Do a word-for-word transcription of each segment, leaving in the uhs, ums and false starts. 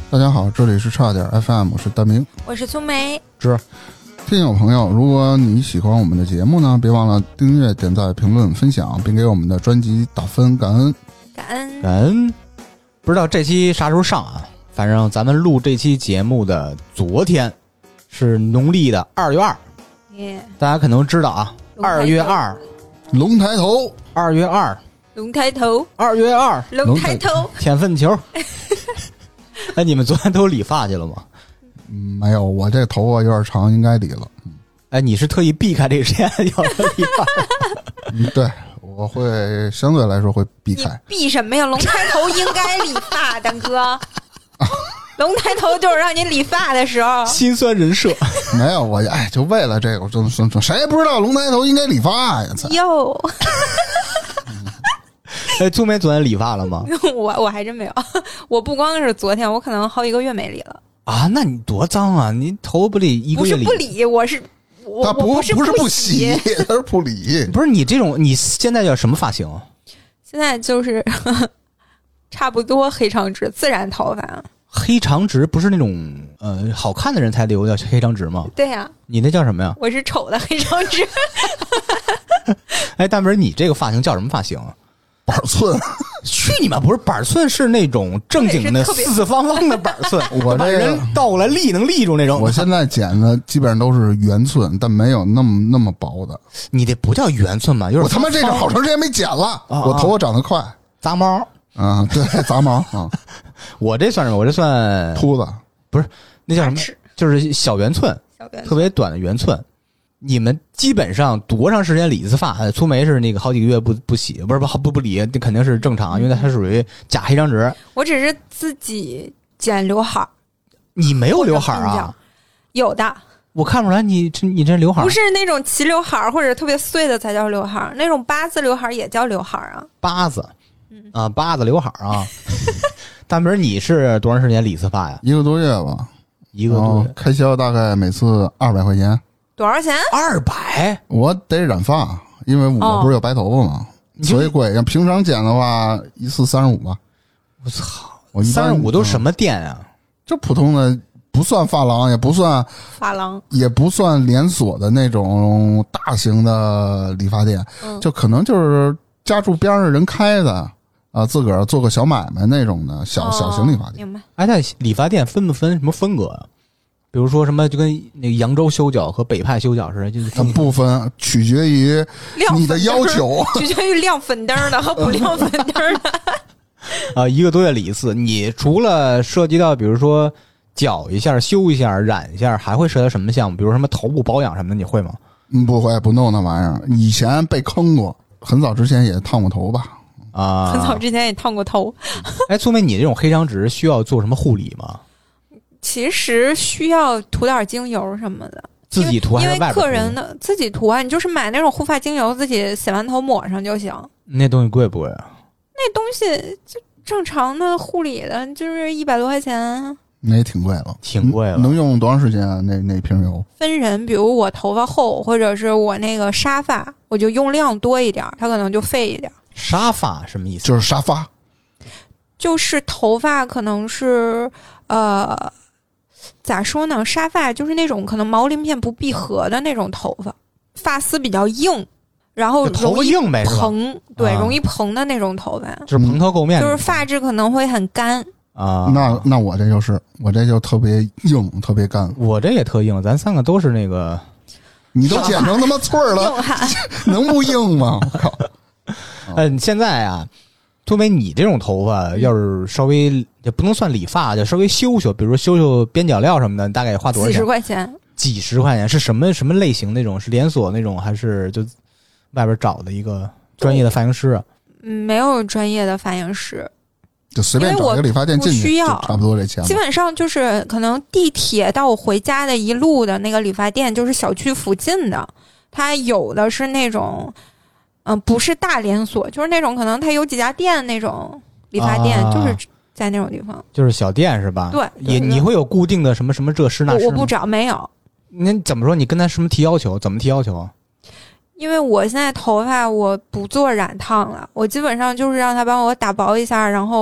大家好，这里是差点 F M， 我是大明， 我是粗梅。 是听友朋友，如果你喜欢我们的节目呢，别忘了订阅、点赞、评论、分享，并给我们的专辑打分，感恩感恩感恩。不知道这期啥时候上啊？反正咱们录这期节目的昨天是农历的二月二， yeah, 大家可能知道啊，二月二， 龙抬头， 二月二， 龙抬头， 二月二， 龙抬头， 天分球。哎，你们昨天都理发去了吗？ 嗯，没有，我这头发有点长，应该理了。 哎，你是特意避开这个时间要理发？ 嗯，对，我会相对来说会避开。 你避什么呀？龙抬头应该理发，大哥。龙抬头就是让你理发的时候。 心酸人设。 没有，我哎，就为了这个，我真的谁也不知道龙抬头应该理发呀？ 哟。 哎，粗梅昨天理发了吗？ 我我还真没有，我不光是昨天，我可能好几个月没理了。 啊，那你多脏啊！你头不理一个月理？ 不是不理，我是我他不不是不是不洗，他是不理。 不是你这种，你现在叫什么发型？ 现在就是呵呵差不多黑长直，自然头发。 黑长直不是那种呃好看的人才留叫黑长直吗？ 对呀、啊， 你那叫什么呀？ 我是丑的黑长直。 哎，大明，你这个发型叫什么发型？ 板寸。 去你妈！不是板寸，是那种正经的四四方方的板寸。 我这个人倒过来立能立住那种。 我现在剪的基本上都是圆寸，但没有那么那么薄的。 你这不叫圆寸吧？就是我他妈这个好长时间没剪了， 啊、 我头发长得快， 杂毛。 啊、嗯，对，杂毛啊。 我这算什么？我这算秃子， 不是那叫什么？就是小圆寸， 小圆寸特别短的圆寸。你们基本上多长时间理一次发？粗梅是那个好几个月不不洗，不是不不不理，这肯定是正常，因为它属于假黑长直。 我只是自己剪刘海。 你没有刘海啊？ 有的。 我看不出来你这你这刘海不是那种齐刘海或者特别碎的才叫刘海，那种八字刘海也叫刘海啊。 八字，啊，八字刘海啊。大明，你是多长时间理一次发呀？ 一个多月吧。 一个多月， 开销大概每次二百块钱。 多少钱？ 二百。 我得染发，因为我不是有白头发嘛，哦、所以贵。要平常剪的话，一次三十五吧。 我操！ 我一般三十五都什么店啊？ 就普通的，不算发廊，也不算发廊， 也不算连锁的那种大型的理发店，嗯、就可能就是家住边上人开的啊，自个儿做个小买卖那种的小、哦、小型理发店。 明白？ 哎，那理发店分不分什么风格啊？比如说什么，就跟那个扬州修脚和北派修脚似的，就是不分，取决于你的要求， 取决于亮粉灯的和不亮粉灯的。 啊，一个多月理一次。你除了涉及到比如说绞一下、修一下、染一下，还会涉及到什么项目？比如什么头部保养什么的，你会吗？ 嗯，不会，不弄那玩意儿。以前被坑过，很早之前也烫过头吧。 啊， 很早之前也烫过头。 哎，粗梅，你这种黑长直需要做什么护理吗？ 其实需要涂点精油什么的， 自己涂还是外边涂？ 因为客人的自己涂啊，你就是买那种护发精油，自己洗完头抹上就行。 那东西贵不贵啊？ 那东西就正常的护理的，就是一百多块钱。 那也挺贵了， 挺贵了。 能用多长时间啊？那那瓶油分人，比如我头发厚，或者是我那个沙发，我就用量多一点，它可能就费一点。 沙发什么意思？ 就是沙发， 就是头发可能是呃。咋说呢？沙发就是那种可能毛鳞片不闭合的那种头发，发丝比较硬，然后容易硬呗， 蓬，对、 啊， 容易蓬的那种头发， 就是蓬头垢面， 就是发质可能会很干啊。 那那我这就是我这就特别硬，特别干。 我这也特硬，咱三个都是那个， 你都剪成他妈脆儿了，能不硬吗？我靠！ 嗯、呃，现在啊。粗梅，你这种头发要是稍微也不能算理发，就稍微修修，比如说修修边角料什么的，大概花多少钱？ 几十块钱。 几十块钱是什么什么类型那种？是连锁那种，还是就外边找的一个专业的发型师啊？ 嗯，没有专业的发型师， 就随便找一个理发店进去，就差不多这钱。 基本上就是可能地铁到我回家的一路的那个理发店，就是小区附近的，它有的是那种。嗯，不是大连锁，就是那种可能它有几家店那种理发店，啊、就是在那种地方， 就是小店是吧？ 对， 也你会有固定的什么什么这师那师？ 我不找，没有。 你怎么说？你跟他什么提要求？怎么提要求啊？ 因为我现在头发我不做染烫了，我基本上就是让他帮我打薄一下，然后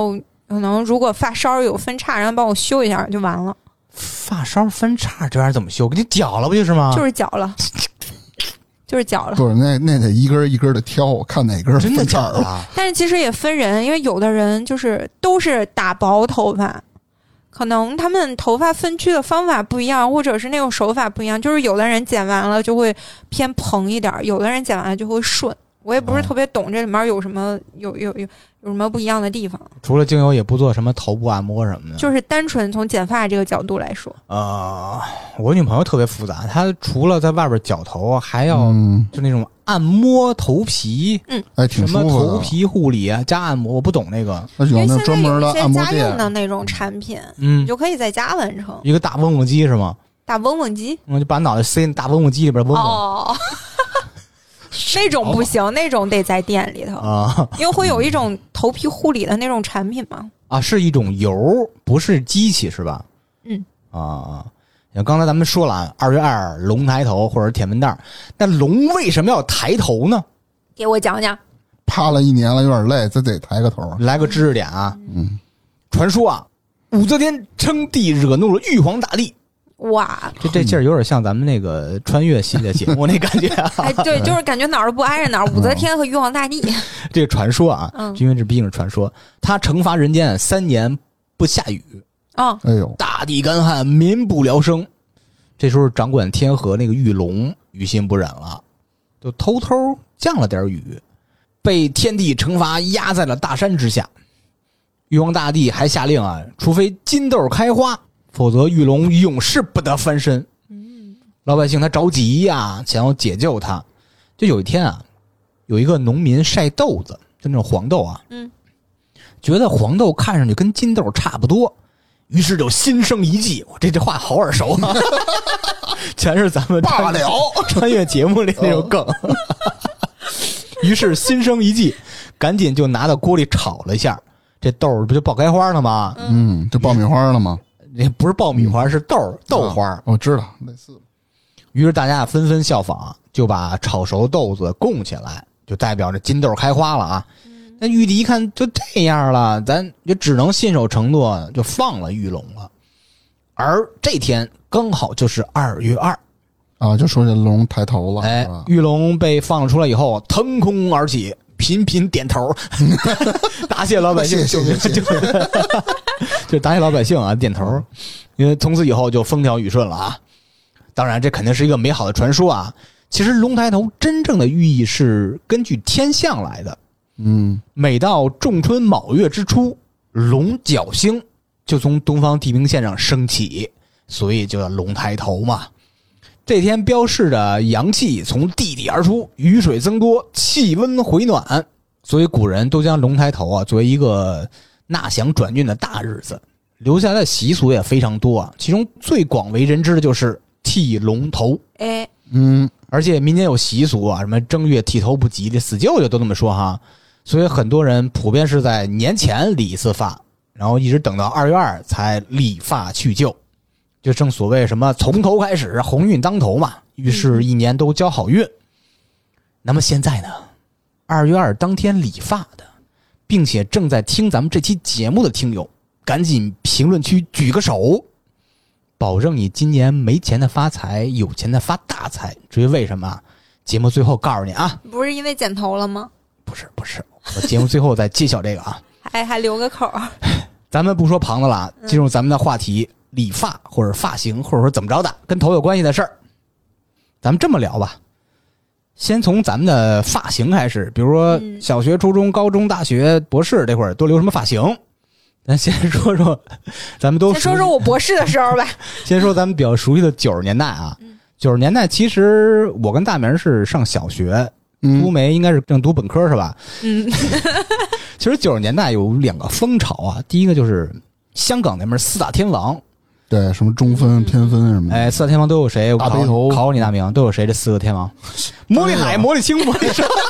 可能如果发梢有分叉，让他帮我修一下就完了。 发梢分叉这玩意儿怎么修？给你绞了不就是吗？ 就是绞了，就是绞了。 不是，那那得一根一根的挑，看哪根真的假的啊？ 但是其实也分人，因为有的人就是都是打薄头发，可能他们头发分区的方法不一样，或者是那种手法不一样。就是有的人剪完了就会偏蓬一点，有的人剪完了就会顺。我也不是特别懂这里面有什么有有有有什么不一样的地方。 除了精油也不做什么头部按摩什么的， 就是单纯从剪发这个角度来说。 呃，我女朋友特别复杂，她除了在外边绞头，还要就那种按摩头皮， 嗯， 哎，挺舒服的。 什么头皮护理啊，加按摩，我不懂那个。 那有那专门的按摩店，家用的那种产品， 嗯， 你就可以在家完成。 一个大嗡嗡机是吗？ 大嗡嗡机， 我就把脑袋塞进大嗡嗡机里边嗡嗡。 哦。那种不行，那种得在店里头啊，因为会有一种头皮护理的那种产品嘛。 啊，是一种油，不是机器是吧？ 嗯啊，像刚才咱们说了，二月二龙抬头或者铁门蛋，那龙为什么要抬头呢？ 给我讲讲。 趴了一年了，有点累，咱得抬个头。 来个知识点啊， 嗯， 传说啊，武则天称帝惹怒了玉皇大帝。 哇， 这这劲儿有点像咱们那个穿越系列节目那感觉啊！ 哎，对，就是感觉哪儿都不挨着哪儿。武则天和玉皇大帝， 这个传说啊， 嗯， 因为这毕竟是传说，他惩罚人间三年不下雨， 哦， 哎呦， 大地干旱，民不聊生。这时候掌管天河那个玉龙于心不忍了，就偷偷降了点雨，被天帝惩罚压在了大山之下。玉皇大帝还下令啊，除非金豆开花，否则玉龙永世不得翻身。 嗯， 老百姓他着急呀、啊，想要解救他。就有一天啊，有一个农民晒豆子，就那种黄豆啊， 嗯， 觉得黄豆看上去跟金豆差不多，于是就心生一计。我这这话好耳熟啊，全是咱们罢了穿越节目里那种梗。于是心生一计，赶紧就拿到锅里炒了一下，这豆不就爆开花了吗？ 嗯，就爆米花了吗？ 那不是爆米花，是豆豆花、啊。 我知道，类似。 于是大家纷纷效仿，就把炒熟豆子供起来，就代表着金豆开花了啊。那玉帝一看就这样了，咱就只能信守承诺，就放了玉龙了。而这天刚好就是二月二啊，就说这龙抬头了。 哎，玉龙被放了出来以后，腾空而起，频频点头，答谢老百姓， 谢谢谢谢， 就答谢老百姓啊，点头。因为从此以后就风调雨顺了啊。当然，这肯定是一个美好的传说啊。其实龙抬头真正的寓意是根据天象来的。 嗯， 每到仲春卯月之初，龙角星就从东方地平线上升起，所以就叫龙抬头嘛。这天标示着阳气从地底而出，雨水增多，气温回暖，所以古人都将龙抬头啊作为一个纳祥转运的大日子，留下来的习俗也非常多啊。其中最广为人知的就是剃龙头。 哎， 嗯， 而且民间有习俗啊，什么正月剃头不吉利，死舅舅都这么说哈。所以很多人普遍是在年前理一次发，然后一直等到二月二才理发去旧，就正所谓什么从头开始，鸿运当头嘛，于是一年都交好运。嗯、那么现在呢，二月二当天理发的，并且正在听咱们这期节目的听友，赶紧评论区举个手，保证你今年没钱的发财，有钱的发大财。至于为什么，节目最后告诉你啊， 不是因为剪头了吗？ 不是不是，我节目最后再揭晓这个啊， 还还留个口。 咱们不说旁的了，进入咱们的话题，理发或者发型或者说怎么着的跟头有关系的事儿。咱们这么聊吧，先从咱们的发型开始，比如说小学、初中、高中、大学、博士这会儿都留什么发型？咱先说说，咱们都先说说我博士的时候吧。 先说咱们比较熟悉的九十年代啊，九十年代其实我跟大明是上小学。苏梅应该是正读本科是吧？嗯，其实九十年代有两个风潮啊，第一个就是香港那边四大天王， 对，什么中分、偏分什么的。 哎，四大天王都有谁？ 大背头， 考你大名都有谁？这四个天王，魔力海、魔力青、魔力山，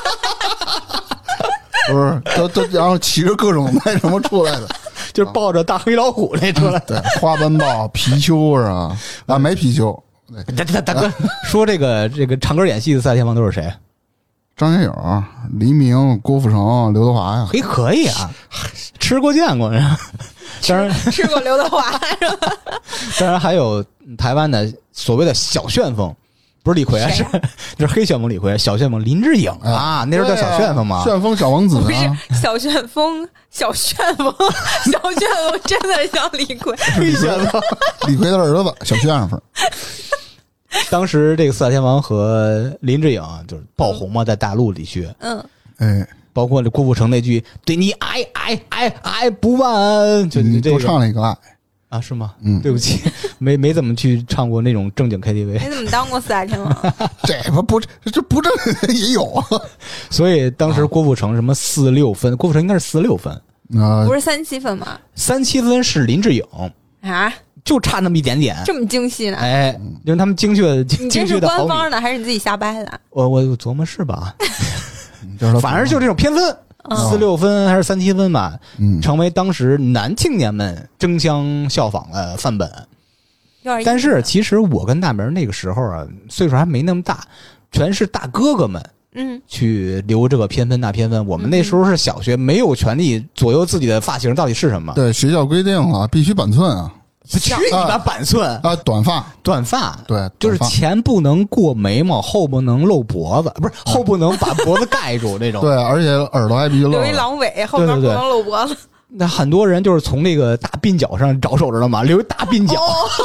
不是都都然后骑着各种那什么出来的， 就是抱着大黑老虎那出来。 对，花斑豹、貔貅是吧？啊，没貔貅。 大大大哥，说这个这个唱歌演戏的四大天王都是谁？ 张学友、黎明、郭富城、刘德华呀， 嘿，可以啊， 吃过见过，当然吃过刘德华是吧？ 当然还有台湾的所谓的小旋风。不是李逵啊，是就是黑旋风李逵，小旋风林志颖啊，啊那时候叫小旋风嘛， 旋风小王子、啊、 不是小旋风，小旋风，小旋风真的像李逵， 黑旋风，李逵的儿子小旋风。 当时这个四大天王和林志颖就是爆红嘛，在大陆地区， 嗯， 哎， 包括这郭富城那句“对你爱爱爱爱不完”，就你这个多唱了一个爱。 啊，是吗？ 嗯， 对不起，没没怎么去唱过那种正经 K T V。 你怎么当过四大天王？ 这不不这不正也有啊。 所以当时郭富城什么四六分，郭富城应该是四六分， 啊、呃， 不是三七分吗？ 三七分是林志颖啊， 就差那么一点点， 这么精细呢？ 哎，因为他们精确的精精确的。 你这是官方的还是你自己瞎掰的？ 我我琢磨是吧？ 就是反正就这种偏分。四六分还是三七分吧， 嗯， 成为当时男青年们争相效仿的范本。但是其实我跟大明那个时候啊，岁数还没那么大，全是大哥哥们， 嗯， 去留这个偏分那偏分。我们那时候是小学，没有权利左右自己的发型到底是什么。 对，学校规定了，必须板寸啊。 去你妈板寸啊！短发， 短发， 对， 就是前不能过眉毛，后不能露脖子，不是后不能把脖子盖住那种。 对，而且耳朵还必须露。 留一狼尾，后边不能露脖子。 对对对，那很多人就是从那个大鬓角上着手，知道吗？留一大鬓角，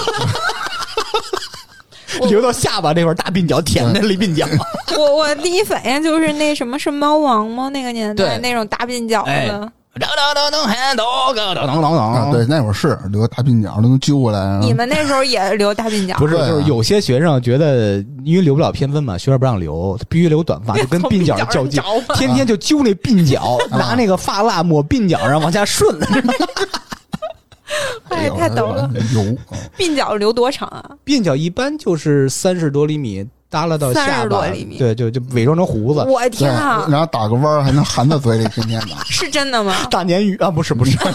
哦、留到下巴这块大鬓角，舔那里鬓角。 我我第一反应就是那什么是猫王吗？那个年代那种大鬓角的。 哎啊，对，那会儿是留个大鬓角都能揪过来。 你们那时候也留大鬓角？ 不是，就是有些学生觉得因为留不了偏分嘛，学校不让留，必须留短发，就跟鬓角较劲，天天就揪那鬓角，拿那个发蜡抹鬓角上往下顺。 哎，太逗了！ 有鬓角留多长啊？ 鬓角一般就是三十多厘米。耷拉到下巴，对，就就伪装成胡子。 我天啊！ 然后打个弯还能含在嘴里，天天的。 是真的吗？ 大鲶鱼啊，不是不是。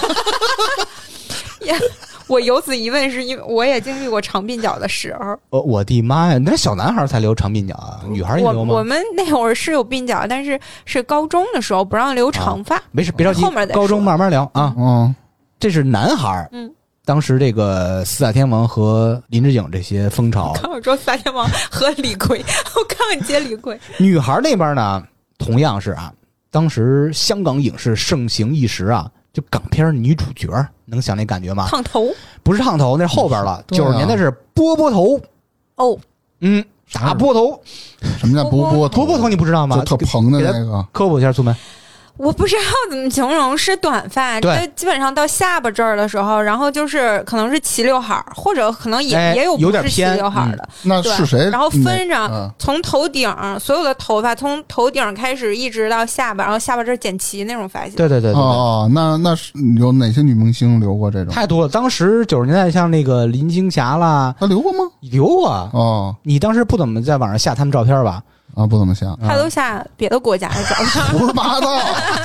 我有此疑问，是因为我也经历过长鬓角的时候。 呃，我的妈呀，那小男孩才留长鬓角啊，女孩也留吗？ 我我们那会儿是有鬓角，但是是高中的时候不让留长发。啊、 没事，别着急， 后面再高中慢慢聊啊。 嗯， 这是男孩。 嗯。 当时这个四大天王和林志颖这些风潮， 刚我说四大天王和李逵，我刚刚接李逵。 女孩那边呢，同样是啊，当时香港影视盛行一时啊，就港片女主角，能想那感觉吗？ 烫头不是烫头，那是后边了。九十、啊、年代是波波头哦， 嗯，大波头。 什么叫波波头？ 波波头你不知道吗？ 就特蓬的那个。 科普一下，苏梅。 我不知道怎么形容，是短发， 对， 基本上到下巴这儿的时候，然后就是可能是齐刘海，或者可能也、 哎、 也有不是齐刘海的、 嗯。那是谁？ 然后分着、 嗯、 从头顶所有的头发，从头顶开始一直到下巴，然后下巴这儿剪齐那种发型。 对对对对对。 哦，那那是有哪些女明星留过这种？ 太多了。当时九十年代像那个林青霞啦， 她留过吗？ 留过。 哦， 你当时不怎么在网上下他们照片吧？ 啊，不怎么下。 他都下别的国家的照片。 胡说八道。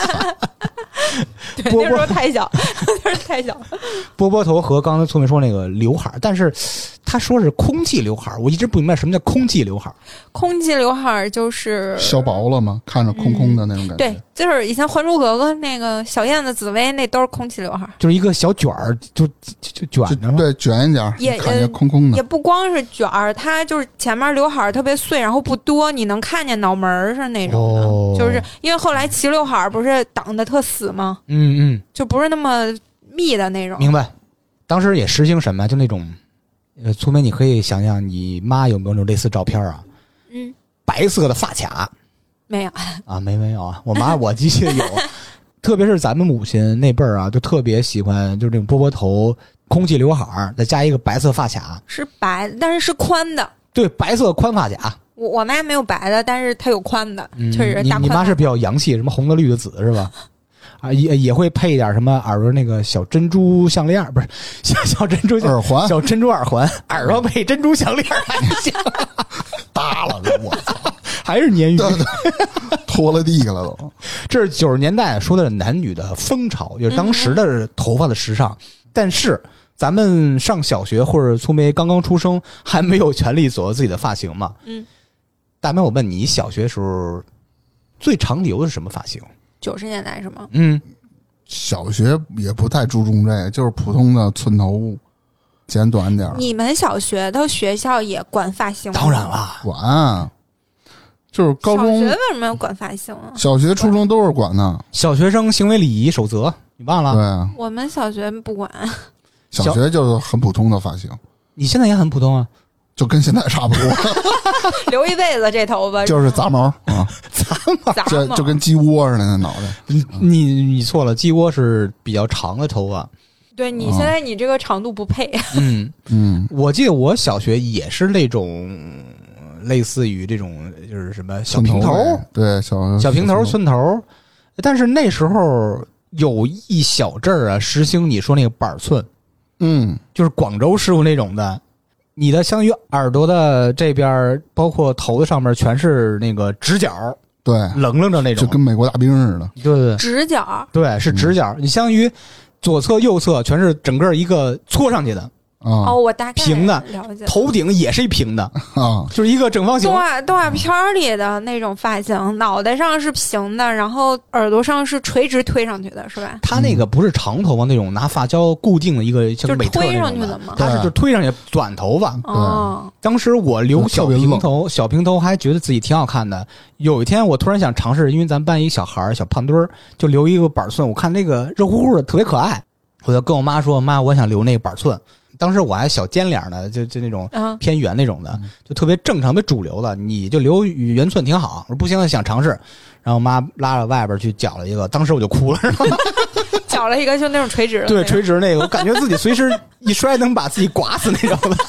对，那时候太小，那时候太小。 波波头和刚才聪明说那个刘海，但是他说是空气刘海，我一直不明白什么叫空气刘海。空气刘海就是削薄了吗？看着空空的那种感觉。 嗯、对，就是以前《还珠格格》那个小燕子紫薇那都是空气刘海， 就是一个小卷儿，就就就卷着嘛。 对，卷一点， 也看着空空的。 也不光是卷儿，它就是前面刘海特别碎，然后不多，你能看见脑门是那种的。哦、就是因为后来齐刘海不是挡得特死吗？ 嗯嗯， 就不是那么密的那种。 明白。当时也实行什么，就那种，呃，粗梅，你可以想想，你妈有没有那种类似照片啊？ 嗯， 白色的发卡。 没有啊，没没有啊，我妈我记得有，特别是咱们母亲那辈儿啊，就特别喜欢，就是那种波波头、空气刘海，再加一个白色发卡。 是白，但是是宽的。 对，白色宽发卡。 我我妈没有白的，但是她有宽的， 嗯、 确实大宽。 你你妈是比较洋气，什么红的、绿的、紫的，是吧？啊，也也会配一点什么耳朵那个小珍珠项链，不是小小珍珠耳环， 小珍珠耳环，耳朵配珍珠项链，还行， 耷拉的，我操， 还是鲶鱼， 拖了地了都。 这是九十年代说的是男女的风潮，就是当时的头发的时尚。嗯、但是咱们上小学或者粗梅刚刚出生，还没有权利左右自己的发型嘛。 嗯， 大妹，我问你，小学时候最常留的是什么发型？ 九十年代是吗？ 嗯， 小学也不太注重这个，就是普通的寸头剪短点儿。 你们小学的学校也管发型吗？ 当然了， 管，就是高中。 小学为什么要管发型啊？ 小学、初中都是管的。 小学生行为礼仪守则，你忘了？ 对， 我们小学不管。 小学就是很普通的发型。 你现在也很普通啊， 就跟现在差不多。 留一辈子这头发就是杂毛啊， 杂毛， 就就跟鸡窝似的那脑袋。 你你你错了，鸡窝是比较长的头发。 对你现在你这个长度不配。 嗯嗯， 我记得我小学也是那种类似于这种，就是什么小平头， 对，小小平头、寸头。但是那时候有一小阵儿啊，实行你说那个板寸， 嗯， 就是广州师傅那种的。你的相当于耳朵的这边，包括头的上面，全是那个直角， 对， 棱棱的那种， 就跟美国大兵似的。 对对对， 直角， 对，是直角。嗯、你相当于左侧、右侧全是整个一个搓上去的。 啊、 哦，我大概平的了解， 头顶也是一平的啊， 就是一个正方形。 动画动画片里的那种发型，脑袋上是平的，然后耳朵上是垂直推上去的，是吧？ 他那个不是长头发那种拿发胶固定的一个像美特那种的， 就推上去的吗？ 他是就推上去短头发。 哦， 当时我留小平头，小平头还觉得自己挺好看的。有一天我突然想尝试，因为咱班一小孩小胖墩儿就留一个板寸，我看那个热乎乎的特别可爱，我就跟我妈说：“妈，我想留那个板寸。”当时我还小尖脸的，就就那种偏圆那种的， 嗯、 就特别正常的主流的，你就留圆寸挺好。我说不行，想尝试，然后我妈拉着外边去绞了一个，当时我就哭了， 绞了一个就那种垂直的， 对，垂直那个，我感觉自己随时一摔能把自己刮死那种的。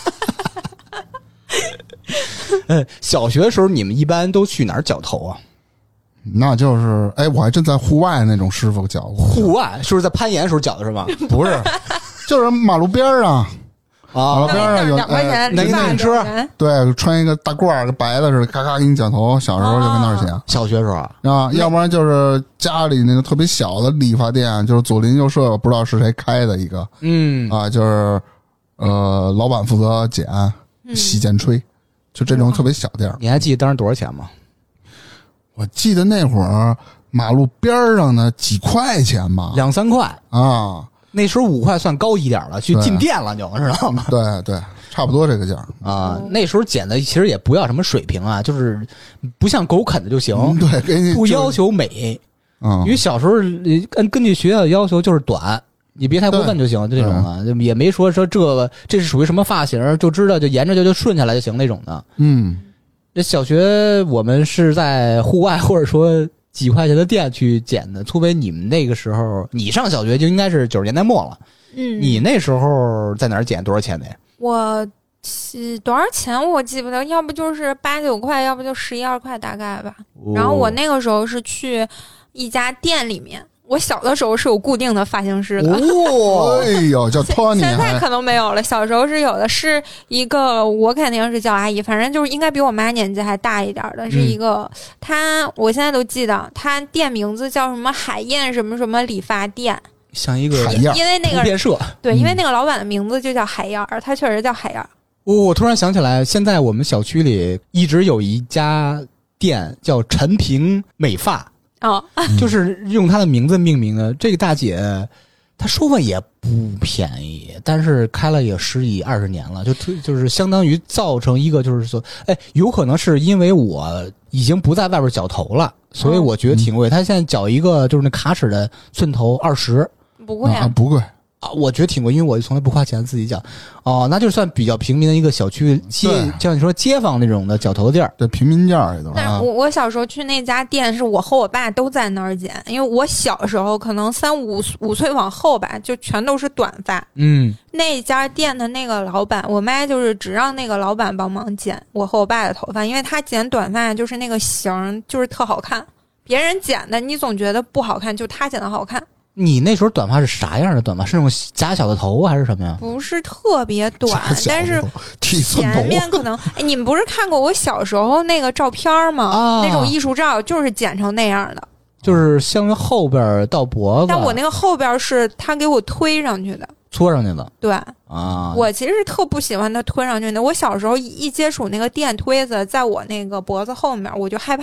嗯，小学的时候你们一般都去哪儿绞头啊？ 那就是哎，我还真在户外那种师傅绞过。 户外是不是在攀岩的时候绞的是吧？ 不是，就是马路边上。 啊， 马路边上有两块钱那个自行车， 对，穿一个大褂儿，跟白的似的，咔咔给你绞头。小时候就跟那儿剪， 小学时候啊，要不然就是家里那个特别小的理发店，就是左邻右舍不知道是谁开的一个， 嗯啊，就是呃，老板负责剪、洗、剪、吹，就这种特别小店。 你还记得当时多少钱吗？ 我记得那会儿马路边上的几块钱吧， 两三块啊。 那时候五块算高一点了，去进店了就知道吗？ 对对，差不多这个价啊。那时候剪的其实也不要什么水平啊，就是不像狗啃的就行。 嗯、对，给你不要求美。 嗯， 因为小时候根根据学校的要求就是短，你别太过分就行，就这种的，就也没说说这个这是属于什么发型，就知道就沿着就就顺下来就行那种的。 嗯， 这小学我们是在户外或者说几块钱的店去剪的，除非你们那个时候，你上小学就应该是九十年代末了。 嗯， 你那时候在哪儿剪？多少钱的呀？ 我多少钱我记不得，要不就是八九块，要不就十一二块大概吧。 哦、 然后我那个时候是去一家店里面。我小的时候是有固定的发型师的， 哦，哎呦，叫托尼， 现在可能没有了。小时候是有的，是一个我肯定是叫阿姨，反正就是应该比我妈年纪还大一点的，是一个她、嗯，我现在都记得，她店名字叫什么海燕什么什么理发店， 像一个海燕， 因为那个变色， 对，因为那个老板的名字就叫海燕儿，他确实叫海燕儿。 我、哦、我突然想起来，现在我们小区里一直有一家店叫陈平美发。 哦， 就是用她的名字命名的。这个大姐，她收费也不便宜，但是开了也十几二十年了，就就是相当于造成一个就是说，哎，有可能是因为我已经不在外边绞头了，所以我觉得挺贵。她、嗯、现在绞一个就是那卡尺的寸头二十， 不贵啊， 啊不贵。 啊，我觉得挺贵，因为我从来不花钱自己绞。哦，那就算比较平民的一个小区街，像你说街坊那种的绞头店， 对，平民店里头。 但是我我小时候去那家店，是我和我爸都在那儿剪，因为我小时候可能三五五岁往后吧，就全都是短发。 嗯， 那家店的那个老板，我妈就是只让那个老板帮忙剪我和我爸的头发，因为他剪短发就是那个型就是特好看，别人剪的你总觉得不好看，就他剪的好看。 你那时候短发是啥样的短发？是那种假小的头还是什么呀？ 不是特别短，但是前面可能哎，你们不是看过我小时候那个照片吗？ 啊， 那种艺术照就是剪成那样的， 就是相当于后边到脖子。 但我那个后边是他给我推上去的， 搓上去的。 对啊， 我其实是特不喜欢他推上去的。我小时候一接触那个电推子在我那个脖子后面，我就害怕。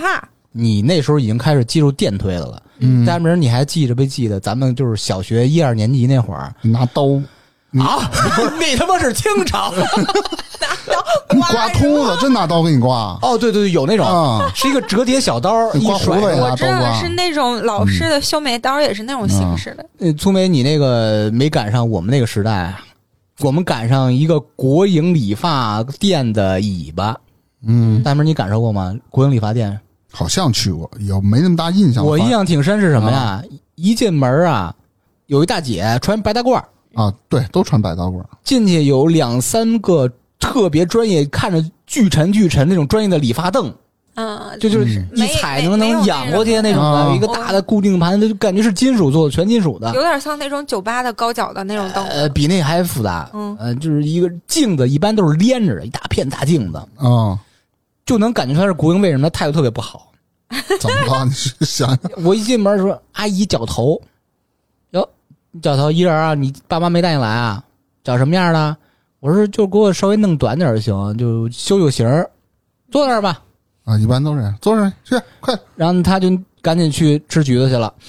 你那时候已经开始接触电推的了。 嗯， 大明，你还记着没记得？咱们就是小学一二年级那会儿拿刀啊，那他妈是清朝， 你刮秃子，真拿刀给你刮。 哦，对对对，有那种， 啊、 是一个折叠小刀， 你刮胡子呀， 我知道的是那种老式的修眉刀，也是那种形式的。 呃，粗梅，你那个没赶上我们那个时代，我们赶上一个国营理发店的尾巴。 嗯， 大明，你感受过吗？国营理发店好像去过，有没那么大印象。 我印象挺深是什么呀？啊、一进门啊，有一大姐穿白大褂啊，对，都穿白大褂。 进去有两三个特别专业，看着巨沉巨沉那种专业的理发凳。 嗯， 就就是一踩能能仰过去那种的，有一个大的固定盘，就感觉是金属做的，全金属的， 有点像那种酒吧的高脚的那种凳。 呃，比那还复杂。 嗯， 呃，就是一个镜子，一般都是连着的，一大片大镜子。 嗯， 就能感觉出来是国营为什么态度特别不好。 怎么了？你想想， 我一进门说：“阿姨绞头。”哟，绞头一人啊？你爸妈没带你来啊？绞什么样的？我说就给我稍微弄短点就行，就修修型，坐那儿吧。 啊，一般都是这样，坐上去，快。 然后他就赶紧去吃橘子去了。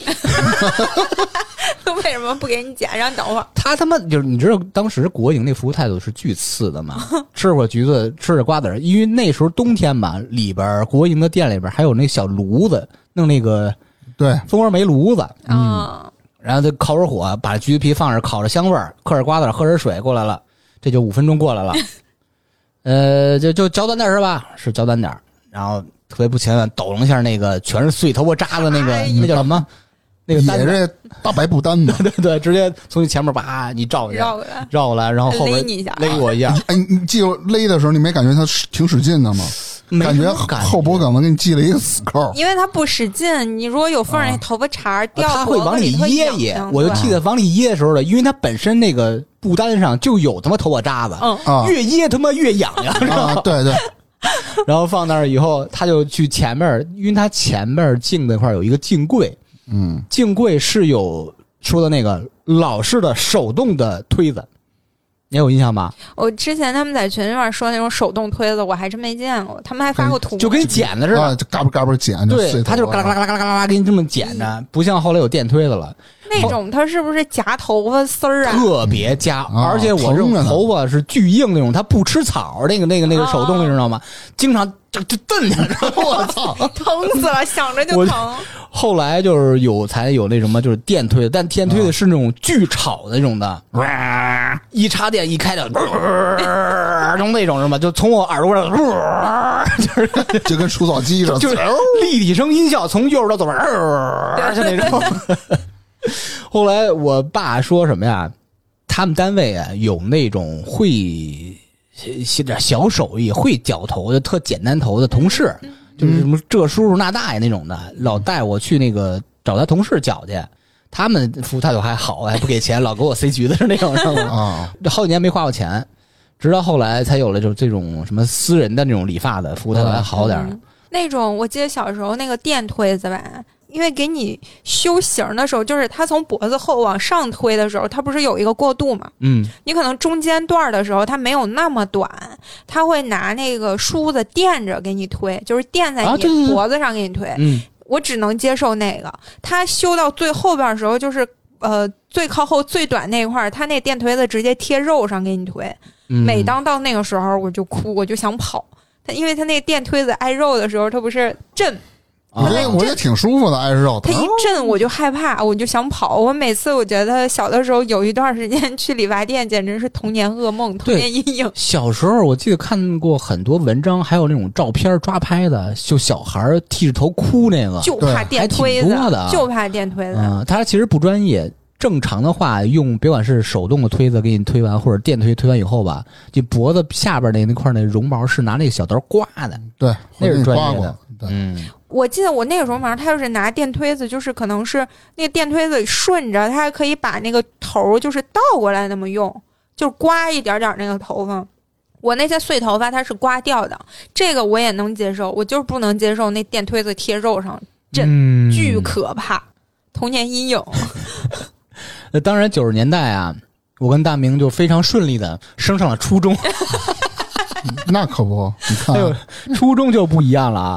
为什么不给你剪？让你等会儿。 他他妈就是你知道当时国营那服务态度是巨次的嘛？吃会橘子，吃着瓜子，因为那时候冬天嘛，里边国营的店里边还有那小炉子，弄那个对蜂窝煤炉子， 嗯， 然后就烤着火，把橘子皮放着，烤着香味儿，嗑着瓜子，喝点水过来了，这就五分钟过来了。呃，就就脚短点是吧？是脚短点，然后特别不情愿抖楞一下那个全是碎头发渣子那个、哎、那叫什么？那个单也是大白布单子， 对对对，直接从你前面叭你照一下， 绕过来， 绕过来，然后后边勒你一下， 勒我一下。 哎，你记住勒的时候，你没感觉他挺使劲的吗？感觉后脖梗子给你系了一个死扣， 因为他不使劲，你如果有缝儿，那头发茬掉， 他会往里掖掖。我就记得往里掖的时候了，因为它本身那个布单上就有他妈头发渣子， 嗯， 越掖他妈越痒痒， 啊，对对。 然后放那儿以后，他就去前面，因为他前面镜那块有一个镜柜。 嗯， 镜柜是有说的那个老式的手动的推子，你有印象吧？ 我之前他们在群里面说那种手动推子，我还真没见过，他们还发过图， 就跟剪子似的， 啊，就嘎巴嘎巴剪， 对，他就嘎啦嘎啦嘎啦嘎啦给你这么剪着，不像后来有电推子了。 那种它是不是夹头发丝儿啊？ 特别夹， 啊、 而且我这种头发是巨硬那种，它不吃草，那个那个那个手动，你知道吗？经常就就蹬着，我操， 疼死了，想着就疼。 后来就是有才有那什么，就是电推的，但电推的是那种巨吵的那种的，啊、一插电一开的，呃、就那种是吗？就从我耳朵上，呃、就是就跟除草机似的， 就是立体声音效从右边到左边，呃、就那种。后来我爸说什么呀？他们单位啊有那种会写点小手艺、会绞头的、特简单头的同事，就是什么这叔叔那大爷那种的，老带我去那个找他同事绞去。他们服务态度还好，还不给钱，老给我塞橘子是那种，知道吗？ 啊， 这好几年没花过钱，直到后来才有了就这种什么私人的那种理发的服务态度还好点、 嗯。那种我记得小时候那个电推子吧。因为给你修型的时候，就是他从脖子后往上推的时候，它不是有一个过渡嘛？ 嗯， 你可能中间段的时候它没有那么短，他会拿那个梳子垫着给你推，就是垫在你脖子上给你推。 啊、嗯， 我只能接受那个。他修到最后边的时候，就是呃最靠后最短那块儿，他那电推子直接贴肉上给你推。 嗯、 每当到那个时候，我就哭，我就想跑。他因为他那电推子挨肉的时候，他不是震。 我觉得我觉得挺舒服的，挨着肉。 他一震我就害怕，我就想跑。我每次我觉得小的时候有一段时间去理发店，简直是童年噩梦、童年阴影。 小时候我记得看过很多文章，还有那种照片抓拍的，就小孩剃着头哭那个， 就怕电推子，就怕电推子。 嗯，他其实不专业。正常的话，用别管是手动的推子给你推完，或者电推推完以后吧，就脖子下边那那块那绒毛是拿那个小刀刮的， 对， 那是专业的。 嗯， 我记得我那个绒毛，它就是拿电推子，就是可能是那个电推子顺着，它还可以把那个头就是倒过来那么用，就是刮一点点那个头发。我那些碎头发它是刮掉的，这个我也能接受，我就是不能接受那电推子贴肉上震， 嗯、 巨可怕，童年阴影。 那当然，九十年代啊，我跟大明就非常顺利的升上了初中。 那可不，你看、啊， 哎呦，初中就不一样了啊！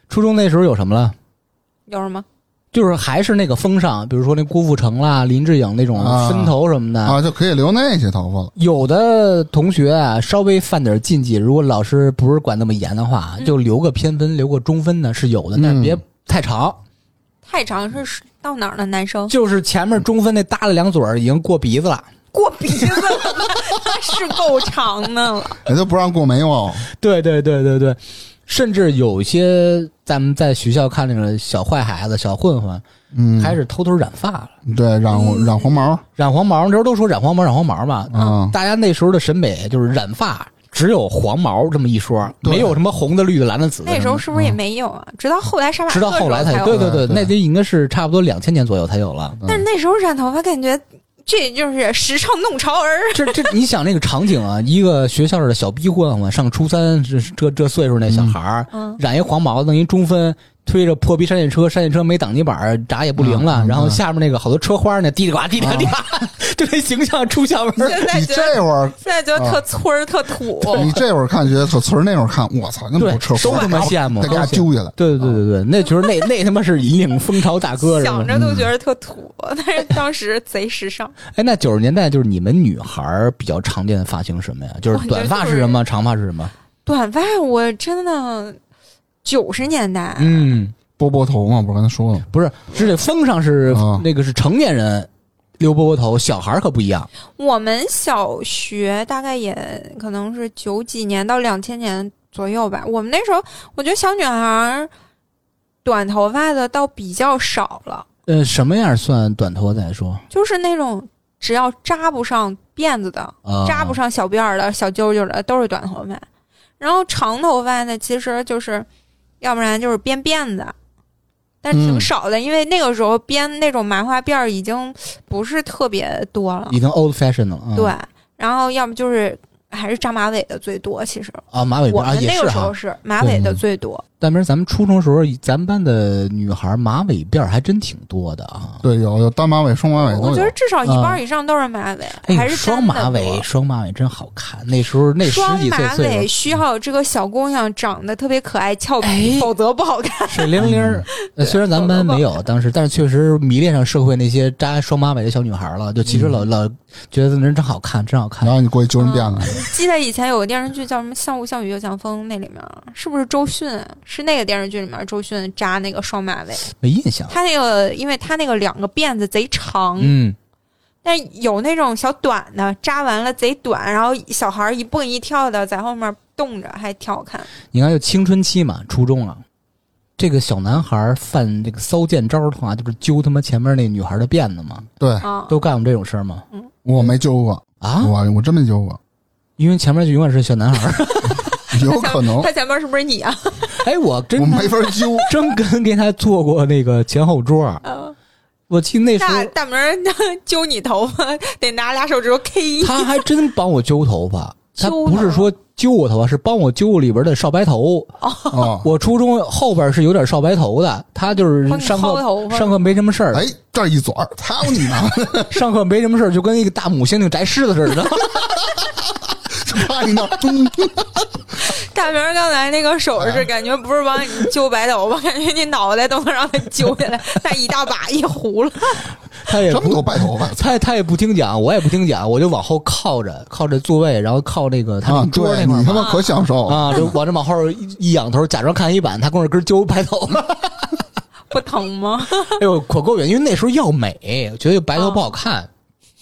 初中那时候有什么了？ 有什么？ 就是还是那个风尚，比如说那郭富城啦、林志颖那种分头什么的啊, 啊，就可以留那些头发了。 有的同学啊，稍微犯点禁忌，如果老师不是管那么严的话，嗯、就留个偏分、留个中分的，是有的，但是别太长。 嗯、太长是到哪儿的男生？ 就是前面中分那耷了两嘴儿，已经过鼻子了。 过鼻子了，是够长的了。 也就不让过眉毛。 对对对对对。甚至有些咱们在学校看那个小坏孩子、小混混，嗯，开始偷偷染发了。 对，染染黄毛， 染黄毛，那时候都说染黄毛、染黄毛嘛。 嗯， 大家那时候的审美就是染发只有黄毛这么一说，没有什么红的、绿的、蓝的、紫的。 那时候是不是也没有啊？直到后来杀马特， 直到后来才有。对对对，那就应该是差不多两千年左右才有了。 但是那时候染头发，感觉。这就是时尚弄潮儿。 这这，你想那个场景啊，一个学校的小逼混混，上初三，这这这岁数那小孩儿、嗯，染一黄毛，弄一中分，推着破逼山线车，山线车没挡泥板，闸也不灵了，嗯、然后下面那个好多车花呢，滴里呱滴里呱滴里呱，就这形象出校门。 你这会儿现在觉得特村儿、啊、特土。 你这会儿看觉得特村儿，那会儿看，我操，那么多车都他妈羡慕， 再给他揪下来。 对对对对，那就是那那他妈是引领风潮大哥， 想着都觉得特土，嗯、但是当时贼时尚。 哎，那九十年代就是你们女孩比较常见的发型什么呀？就是短发是什么？长发是什么？ 短发我真的九十年代， 嗯。 波波头嘛，不是刚才说了， 不是，是这风上是、啊、那个是成年人留波波头，小孩可不一样。 我们小学大概也可能是九几年到两千年左右吧。我们那时候，我觉得小女孩短头发的倒比较少了。 呃，什么样算短头发再说？ 就是那种只要扎不上辫子的，啊、扎不上小辫儿的、小揪揪的，都是短头发。然后长头发呢，其实就是要不然就是编辫子。但挺少的、嗯，因为那个时候编那种麻花辫已经不是特别多了， 已经 old fashion 了。嗯、 对，然后要么就是还是扎马尾的最多，其实啊，马尾我们那个时候是马尾的最多。 但是咱们初中时候，咱们班的女孩马尾辫还真挺多的啊。 对，有有单马尾、双马尾都有。 我觉得至少一半以上都是马尾， 嗯、 还是双马尾。双马尾真好看。那时候那十几岁双马尾需要这个小姑娘长得特别可爱俏皮、哎，否则不好看。 水灵灵。呃，虽然咱们班没有当时，但是确实迷恋上社会那些扎双马尾的小女孩了。就其实老、嗯、老觉得那人真好看，真好看。 然后你过去揪人辫子、 嗯。记得以前有个电视剧叫什么《像雾像雨又像风》，那里面是不是周迅？是那个电视剧里面周迅扎那个双马尾， 没印象。 他那个，因为他那个两个辫子贼长， 嗯， 但有那种小短的，扎完了贼短，然后小孩一蹦一跳的在后面动着，还挺好看。 你看，就青春期嘛，初中啊，这个小男孩犯这个骚贱招的话，就是揪他妈前面那女孩的辫子嘛。 对， 啊、 都干过这种事儿吗？ 嗯， 我没揪过啊， 我我真没揪过， 因为前面就永远是小男孩。 有可能他前面是不是你啊？ 哎，我真我没法揪， 真跟给他做过那个前后桌。嗯，我记得那时候大明揪你头发得拿俩手指头 K。 他还真帮我揪头发，他不是说揪我头发，是帮我揪里边的少白头。 哦， 我初中后边是有点少白头的，他就是上课上课没什么事儿， 哎，这一嘴操你妈！ 上课没什么事儿，就跟一个大母猩猩摘狮子似的。 怕你呢。 大明刚才那个手势，感觉不是帮你揪白头发，感觉你脑袋都能让他揪下来，他一大把一糊了。 他也这么多白头发， 他他也不听讲，我也不听讲，我就往后靠着，靠着座位，然后靠那个他们桌那块儿、 啊，你他妈可享受啊！就往这往后一一仰头，假装看一板，他跟我根揪白头发， 不疼吗？ 哎呦，可够远，因为那时候要美，觉得白头不好看。啊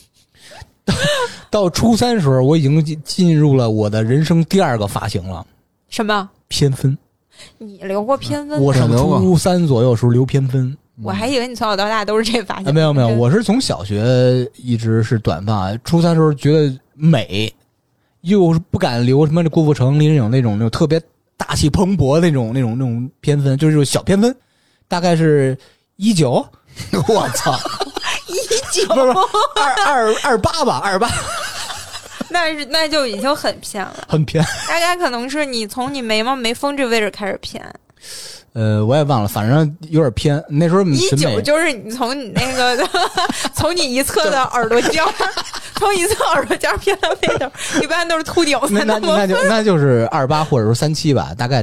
到初三的时候，我已经进入了我的人生第二个发型了。 什么？ 偏分。 你留过偏分？ 我上初三左右时候留偏分。 我还以为你从小到大都是这发型。 啊、没有没有，我是从小学一直是短发。初三的时候觉得美，又是不敢留什么郭富城、林志颖那种那种特别大气磅礴那种那种那种偏分，就是小偏分，大概是一九。我操！ 一九不是不是二二二八吧，二八， 那是那就已经很偏了， 很偏。 大概可能是你从你眉毛眉峰这位置开始偏。 呃，我也忘了，反正有点偏。那时候一九就是你从你那个从你一侧的耳朵尖，从一侧耳朵尖偏到那头，一般都是秃顶。 那那那就那就是二八或者说三七吧，大概这个。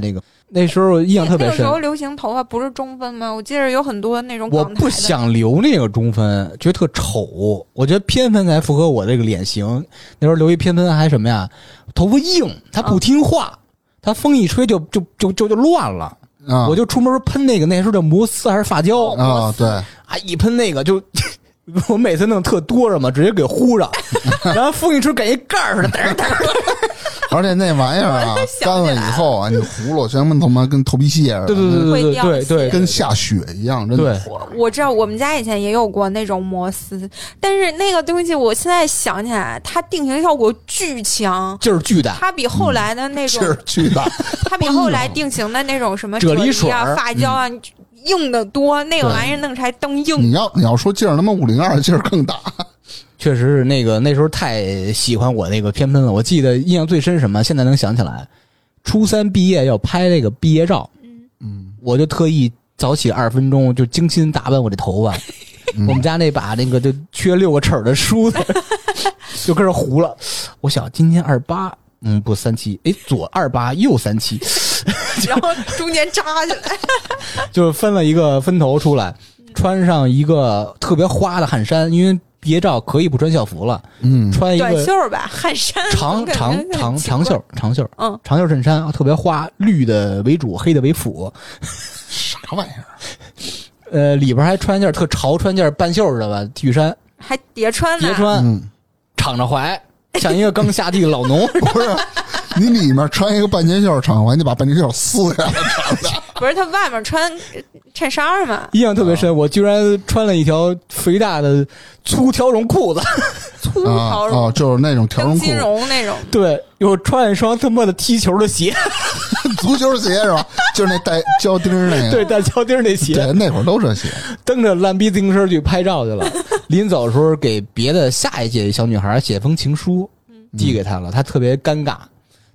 那时候印象特别深。 那个时候流行头发不是中分吗？我记得有很多那种港台的。 我不想留那个中分，觉得特丑。我觉得偏分才符合我这个脸型。那时候留一偏分还什么呀？头发硬，它不听话，它、嗯、风一吹就就就就就乱了。啊、我就出门喷那个，那时候叫摩丝还是发胶啊？对， 啊，一喷那个就。我每次弄特多着嘛，直接给糊上，然后风一吹跟一盖儿似的，嘚嘚。 而且那玩意儿啊，干了以后啊，你糊了，全他妈跟头皮屑似的。 对对对对对对， 跟下雪一样，真的。 我知道我们家以前也有过那种摩丝，但是那个东西我现在想起来，它定型效果巨强， 劲儿巨大。 它比后来的那种劲儿巨大， 它比后来定型的那种什么啫喱水啊、发胶啊。嗯硬的多，那个玩意儿弄出来更硬。 你要你要说劲儿，他妈五零二劲儿更大。 确实是那个那时候太喜欢我那个偏喷了。我记得印象最深什么？现在能想起来，初三毕业要拍那个毕业照，嗯，我就特意早起二十分钟，就精心打扮我这头发。嗯、我们家那把那个就缺六个齿的梳子，就跟着糊了。我想今天二八，嗯，不三七，哎，左二八右三七。 然后中间扎起来， 就分了一个分头出来，穿上一个特别花的汗衫，因为毕业照可以不穿校服了，嗯，穿一个短袖吧，汗衫， 长长长长袖，长袖， 嗯， 长袖衬衫，特别花，绿的为主，黑的为辅， 啥玩意儿？ 呃，里边还穿一件特潮，穿件半袖的吧 T 恤衫， 还叠穿呢， 叠穿，嗯，敞着怀，像一个刚下地的老农， 不是。你里面穿一个半截袖长环，你把半截袖撕下来不是他外面穿衬衫吗？ 印象特别深、哦，我居然穿了一条肥大的粗条绒裤子， 粗条绒、 啊、哦，就是那种条绒裤， 金绒那种。 对，又穿一双他妈的踢球的鞋， 足球鞋是吧？就是那带胶钉那个， 对，带胶钉那鞋。 对，那会儿都这鞋。 蹬着烂逼自行车去拍照去了。临走的时候，给别的下一届小女孩写封情书，寄给她了，她特别尴尬。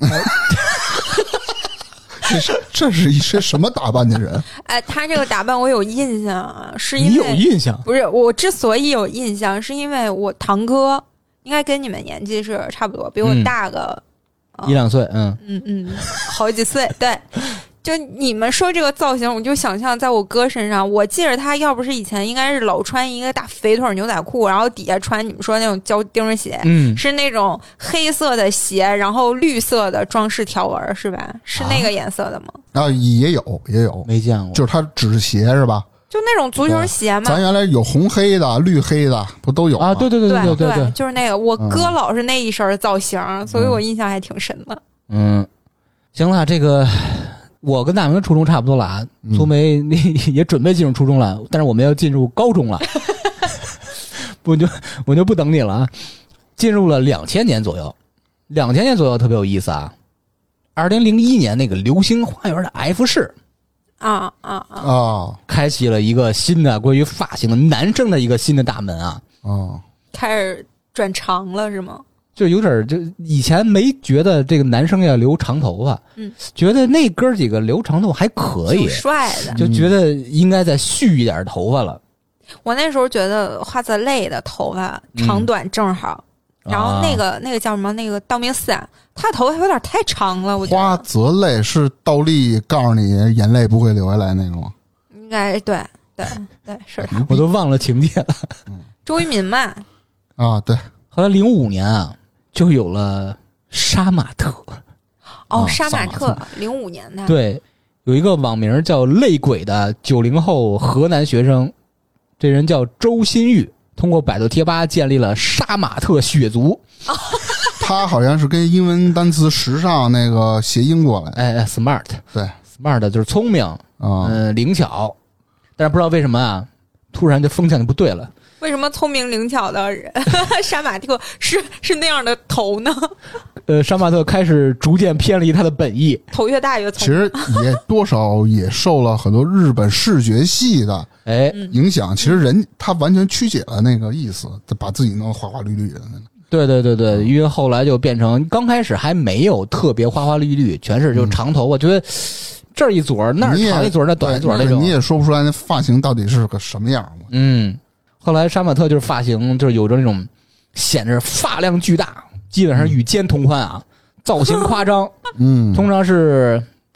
这是这是一些什么打扮的人？ 哎，他这个打扮我有印象啊，是因为你有印象？ 不是，我之所以有印象，是因为我堂哥应该跟你们年纪是差不多，比我大个、 嗯呃、一两岁，嗯嗯嗯，好几岁，对。就你们说这个造型，我就想象在我哥身上。我记着他要不是以前应该是老穿一个大肥腿牛仔裤，然后底下穿你们说那种胶钉鞋， 嗯， 是那种黑色的鞋，然后绿色的装饰条纹，是吧？是那个颜色的吗？ 啊，也有也有， 没见过， 就是它只是鞋是吧？ 就那种足球鞋嘛。 咱原来有红黑的、绿黑的，不都有啊？对对对对对对对, 对， 就是那个。我哥老是那一身造型、嗯，所以我印象还挺深的。 嗯，行了，这个。我跟大明初中差不多了啊，苏梅也准备进入初中了，但是我们要进入高中了，我就我就不等你了啊！进入了两千年左右，两千年左右特别有意思啊。二零零一年那个流星花园的 F 市啊啊啊啊， 开启了一个新的关于发型的男生的一个新的大门啊！ 哦， 开始转长了是吗？ 就有点就以前没觉得这个男生要留长头发， 嗯， 觉得那哥几个留长头还可以， 挺帅的， 就觉得应该再续一点头发了。 我那时候觉得花泽类的头发长短正好，嗯、然后那个、啊、那个叫什么？那个道明寺啊，他头发有点太长了，我觉得。 花泽类是倒立告诉你眼泪不会流下来那种吗？ 应该对对对，是他。 我都忘了情节了。 周渝民嘛。 啊，对。 后来零五年啊。就有了杀马特哦，杀马特零五年的。 对，有一个网名叫泪鬼的九零后河南学生，这人叫周新玉，通过百度贴吧建立了杀马特血族。 哦、 他好像是跟英文单词时尚那个谐音过来， 哎 ，smart， 对 ，smart 就是聪明，嗯、呃，灵巧，但是不知道为什么啊，突然这风向就不对了。 为什么聪明灵巧的人杀马特是是那样的头呢？ 呃，杀马特开始逐渐偏离他的本意， 头越大越聪明。其实也多少也受了很多日本视觉系的哎影响。其实人他完全曲解了那个意思，把自己弄得花花绿绿的。 对对对对，因为后来就变成刚开始还没有特别花花绿绿，全是就长头发，嗯、觉得这儿一撮那儿长一撮那短一撮那种， 你也说不出来那发型到底是个什么样。 嗯。后来杀马特就是发型就是有着那种显着发量巨大，基本上与肩同宽啊，造型夸张。 嗯， 通常是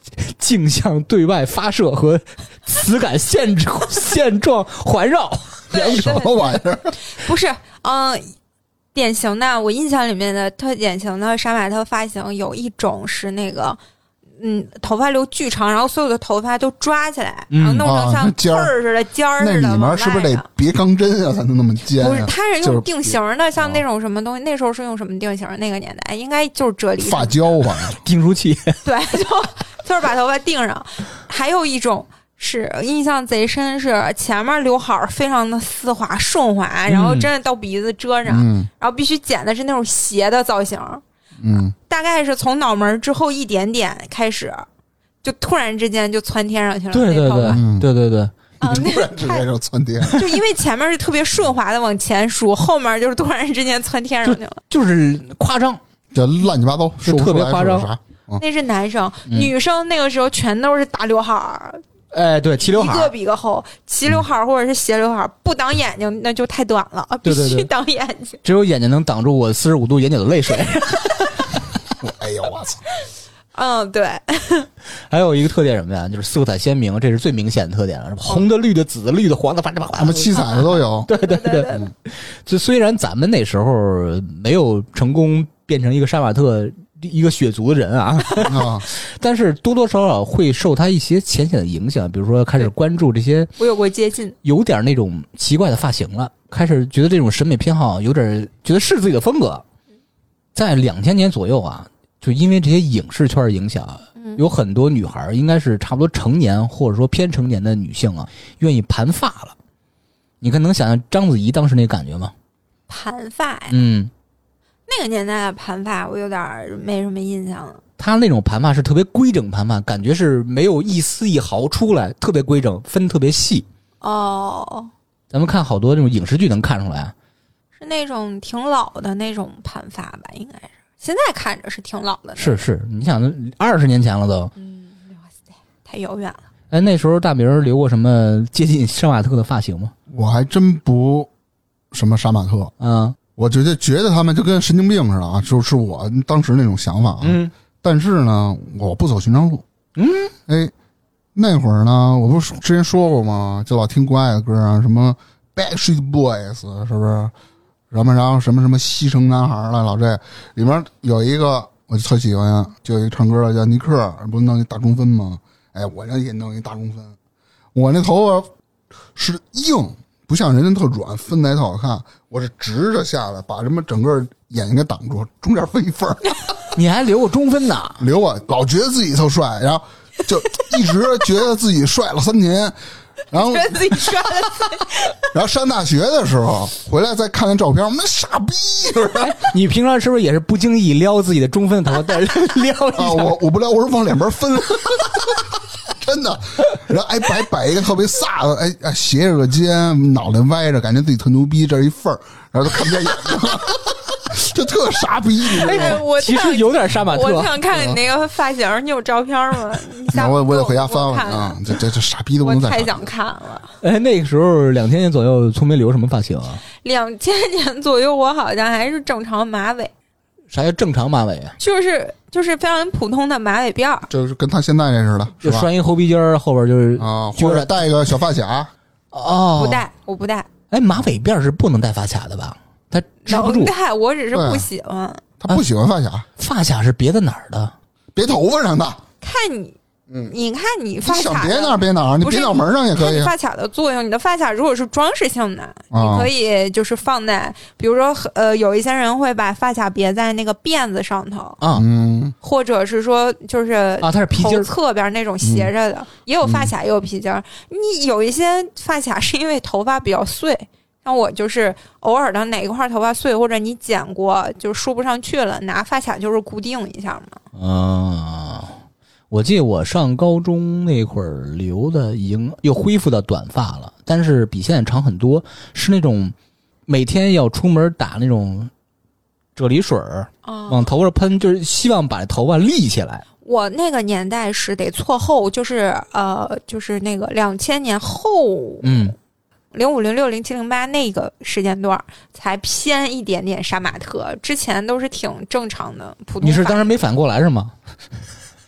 镜像对外发射和磁感现现状环绕， 什么玩意儿？ 不是，嗯、呃，典型的我印象里面的特典型的杀马特发型有一种是那个。嗯，头发留巨长，然后所有的头发都抓起来， 嗯、 然后弄成像刺儿似的、啊、尖儿似的。 那里面是不是得别钢针啊，才能那么尖、啊？ 不是，他是用定型的， 就是、 像那种什么东西，那时候是用什么定型？那个年代应该就是啫喱发胶吧， 定书器。 对，就就是把头发定上。还有一种是印象贼深，是前面刘海非常的丝滑顺滑，然后真的到鼻子遮上， 嗯、 然后必须剪的是那种斜的造型。 嗯， 大概是从脑门之后一点点开始。就突然之间就窜天上去了， 对对对， 嗯、 对对对， 啊， 突然之间就窜天， 就因为前面是特别顺滑的往前梳，后面就是突然之间窜天上去了， 就, 就是夸张， 就乱七八糟， 是特别夸张。 嗯、 那是男生，嗯、女生那个时候全都是大刘海儿， 哎，对，齐刘海， 一个比一个厚，齐刘海或者是斜刘海，不挡眼睛那就太短了， 对对对， 必须挡眼睛， 只有眼睛能挡住我四十五度眼角的泪水。 哎呦我操！ 嗯，对。 还有一个特点什么呀？就是色彩鲜明，这是最明显的特点了。红的、绿的、紫的、绿的、黄的，反正什么七彩的都有。 对对对对。就虽然咱们那时候没有成功变成一个杀马特一个血族的人啊， 啊但是多多少少会受他一些浅显的影响，比如说开始关注这些， 我有过接近， 有点那种奇怪的发型了，开始觉得这种审美偏好有点觉得是自己的风格。在两千年左右啊。就因为这些影视圈的影响，有很多女孩应该是差不多成年或者说偏成年的女性啊，愿意盘发了。你看能想象章子怡当时那感觉吗？ 盘发呀， 嗯， 那个年代的盘发我有点没什么印象了。 她那种盘发是特别规整盘发，感觉是没有一丝一毫出来，特别规整，分特别细。 哦， 咱们看好多那种影视剧能看出来， 是那种挺老的那种盘发吧，应该是。现在看着是挺老的， 是是，你想二十年前了都， 嗯，哇塞，太遥远了。 哎，那时候大明留过什么接近杀马特的发型吗？ 我还真不什么杀马特， 嗯， 我觉得觉得他们就跟神经病似的啊，就是我当时那种想法啊。 嗯， 但是呢，我不走寻常路。 嗯， 哎，那会儿呢，我不是之前说过吗？就老听国外的歌啊，什么 Backstreet Boys， 是不是？然后然后什么什么西城男孩了，老这里面有一个我就特喜欢，就有一个唱歌的叫尼克，不是弄一大中分吗？哎，我这也弄一大中分，我那头发是硬，不像人家特软，分来特好看。我是直着下来，把什么整个眼睛给挡住，中间分一份儿。 你还留过中分呢？ 留啊，老觉得自己特帅，然后就一直觉得自己帅了三年。然后觉得自己帅了， 然后上大学的时候回来再看那照片，我们傻逼是不是？ 你平常是不是也是不经意撩自己的中分头发，再撩一下？ 啊，我我不撩，我是往两边分，真的。然后哎，摆摆一个特别飒的，哎哎，斜着个肩，脑袋歪着，感觉自己特牛逼，这一份儿，然后都看不见眼睛。就特傻逼，你知道吗？ 哎，我其实有点杀马特。 我想看你那个发型，你有照片吗？ 那我我得回家翻翻啊！这这这傻逼的， 我太想看了。 哎，那个时候两千年左右，聪明留什么发型啊？ 两千年左右，我好像还是正常马尾。 啥叫正常马尾啊？ 就是就是非常普通的马尾辫， 就是跟他现在这似的， 就拴一后鼻尖儿，后边就是啊，或者戴个小发卡。 哦， 不戴，我不戴。 哎，马尾辫是不能戴发卡的吧？他支不住。 能戴，我只是不喜欢。 他不喜欢发卡， 发卡是别在哪儿的？ 别头发上的。 看你， 嗯， 你看你发卡， 别哪儿别哪儿，你别脑门上也可以。 发卡的作用，你的发卡如果是装饰性的，你可以就是放在，比如说呃，有一些人会把发卡别在那个辫子上头啊， 嗯， 或者是说就是啊，它是皮筋侧边那种斜着的，也有发卡也有皮筋。你有一些发卡是因为头发比较碎。像我就是偶尔的哪一块头发碎，或者你剪过就梳不上去了，拿发卡就是固定一下嘛。 啊，我记得我上高中那会儿留的已经又恢复到短发了，但是比现在长很多，是那种每天要出门打那种啫喱水儿、哦、往头上喷，就是希望把头发立起来。 我那个年代是得错后，就是呃，就是那个两千年后， 嗯。 零五零六零七零八那个时间段才偏一点点杀马特，之前都是挺正常的普通。 你是当时没反过来是吗？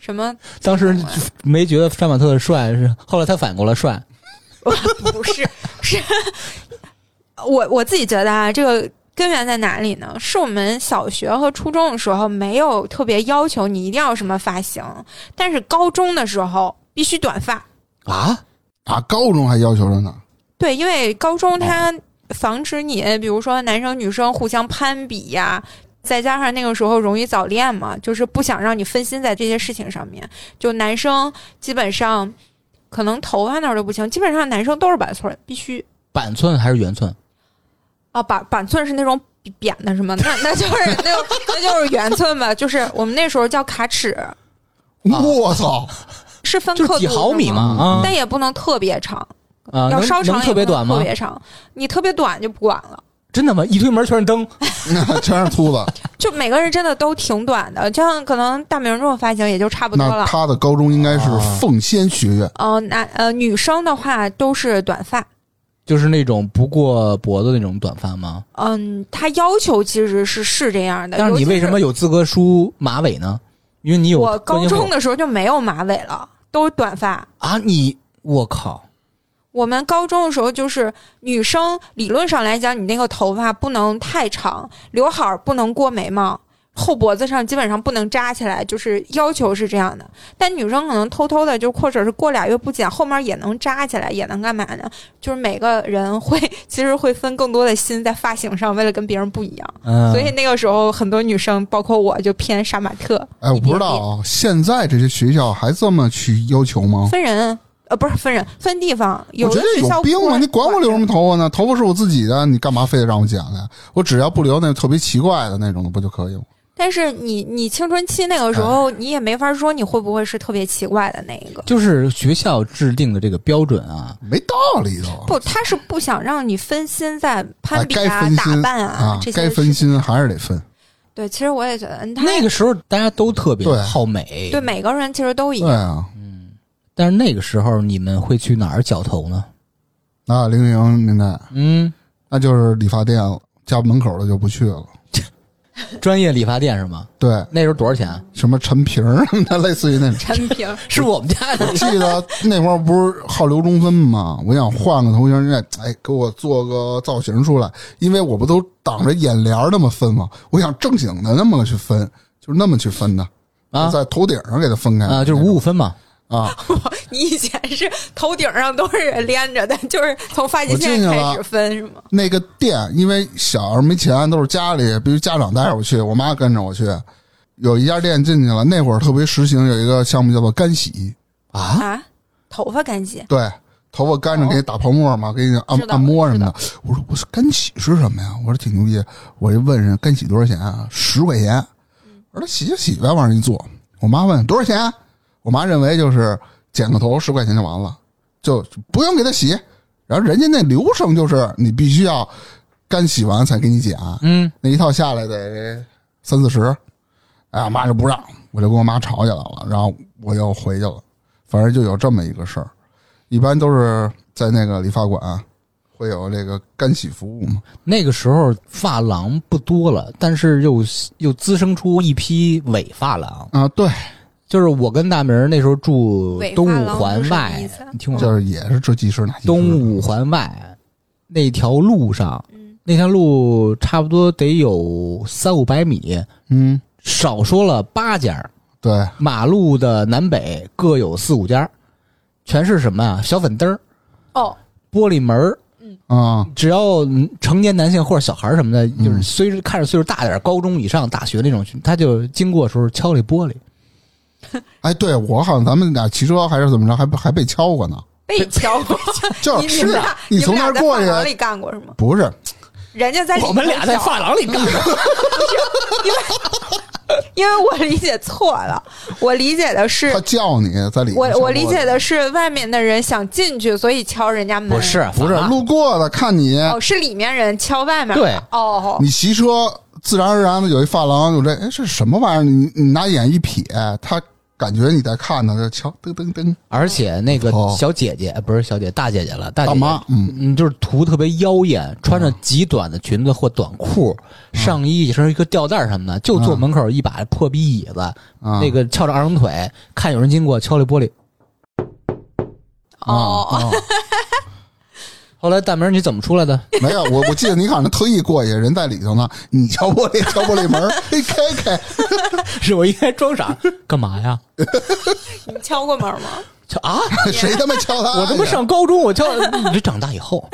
什么？ 当时没觉得杀马特帅，是后来他反过来帅。 不是，是我我自己觉得啊，这个根源在哪里呢？是我们小学和初中的时候没有特别要求你一定要什么发型，但是高中的时候必须短发啊啊！高中还要求着呢。 对，因为高中它防止你，比如说男生女生互相攀比呀。再加上那个时候容易早恋嘛，就是不想让你分心在这些事情上面。就男生基本上可能头发那儿都不行，基本上男生都是板寸，必须板寸还是圆寸？ 啊，板板寸是那种扁的，是吗？那那就是那就那就是圆寸吧，就是我们那时候叫卡尺。 我操， 是分刻度几毫米嘛啊， 但也不能特别长啊， 要稍长特别短吗？ 特别长，你特别短就不管了。 真的吗？一推门全是灯， 全是秃子。 就每个人真的都挺短的，就像可能大明这种发型也就差不多了。 那他的高中应该是凤仙学院。 哦、呃，那呃，女生的话都是短发， 就是那种不过脖子那种短发吗？ 嗯，他要求其实是是这样的。 但是你为什么有资格梳马尾呢？因为你有。 我高中的时候就没有马尾了，都是短发啊！你我靠。 我们高中的时候就是女生，理论上来讲，你那个头发不能太长，刘海不能过眉毛，后脖子上基本上不能扎起来，就是要求是这样的。但女生可能偷偷的，就或者是过俩月不剪，后面也能扎起来，也能干嘛呢？就是每个人会其实会分更多的心在发型上，为了跟别人不一样。嗯、所以那个时候很多女生，包括我就偏杀马特。 哎，我不知道啊，现在这些学校还这么去要求吗？ 分人。呃，不是分人，分地方。有的学校有病啊！你管我留什么头发呢？头发是我自己的，你干嘛非得让我剪呢？我只要不留那特别奇怪的那种的，不就可以吗？ 但是你你青春期那个时候，你也没法说你会不会是特别奇怪的那一个。 就是学校制定的这个标准啊， 没道理都。 不，他是不想让你分心在攀比啊、 哎、 打扮啊, 啊这些。 该分心还是得分。 对，其实我也觉得， 那个时候大家都特别好美， 对每个人其实都一样。 对啊。 但是那个时候你们会去哪儿绞头呢？ 啊，零零年代， 嗯， 那就是理发店了，家门口的就不去了。 专业理发店是吗？ 对， 那时候多少钱？ 什么陈平什么的，类似于那种。 陈平是我们家的。 我记得那会儿不是好留中分吗？我想换个头型，哎，给我做个造型出来，因为我不都挡着眼帘那么分吗？我想正经的那么去分，就是那么去分的啊，在头顶上给它分开啊，就是五五分嘛。 啊！ 你以前是头顶上都是连着的，就是从发际线开始分是吗？ 那个店，因为小时候没钱，都是家里必须家长带着我去，我妈跟着我去。有一家店进去了，那会儿特别实行有一个项目叫做干洗啊啊，头发干洗， 对，头发干着给你打泡沫嘛，给你按按摩什么的。我说我说干洗是什么呀？我说挺牛逼，我就问人干洗多少钱啊？十块钱。我说洗就洗呗，往上一坐。我妈问多少钱？我妈认为就是剪个头十块钱就完了，就不用给他洗。然后人家那流程就是你必须要干洗完才给你剪， 嗯， 那一套下来得三四十。哎呀，妈就不让，我就跟我妈吵起来了，然后我又回去了。反正就有这么一个事儿，一般都是在那个理发馆会有这个干洗服务嘛。 那个时候发廊不多了，但是又又滋生出一批伪发廊啊，对。 就是我跟大明那时候住东五环外，你听我就是也是这几十哪几十东五环外那条路上，嗯、那条路差不多得有三五百米， 嗯， 少说了八家， 对， 马路的南北各有四五家，全是什么啊？小粉灯哦， 玻璃门嗯啊，只要成年男性或者小孩什么的，就是虽然看着岁数大点，高中以上、大学那种，他就经过的时候敲这玻璃。 哎，对我好像咱们俩骑车还是怎么着，还还被敲过呢。 被敲过， 就是你从那儿过去， 在发廊里干过是吗？ 不是， 人家在我们俩在发廊里干过， 因为因为我理解错了，我理解的是他叫你在里面， 我我理解的是外面的人想进去，所以敲人家门。 不是不是路过的看你哦，是里面人敲外面。 对哦， 你骑车自然而然的有一发廊，有这哎这什么玩意儿？你你拿眼一瞥，他感觉你在看呢，就瞧噔噔噔。 而且那个小姐姐、哦、不是小姐，大姐姐了，大姐姐大妈，嗯嗯，就是图特别妖艳，穿着极短的裙子或短裤，嗯、上衣也是一个吊带什么的，就坐门口一把破逼椅子，嗯、那个翘着二郎腿，看有人经过敲了玻璃。 哦。哦后来大明你怎么出来的？ 没有，我我记得你好像特意过去，人在里头呢，你敲玻璃，敲玻璃门，嘿，开开， 是我应该装傻，干嘛呀？ 你敲过门吗？ 敲啊？ 谁他妈敲他？ 我他妈上高中，我敲，你这长大以后。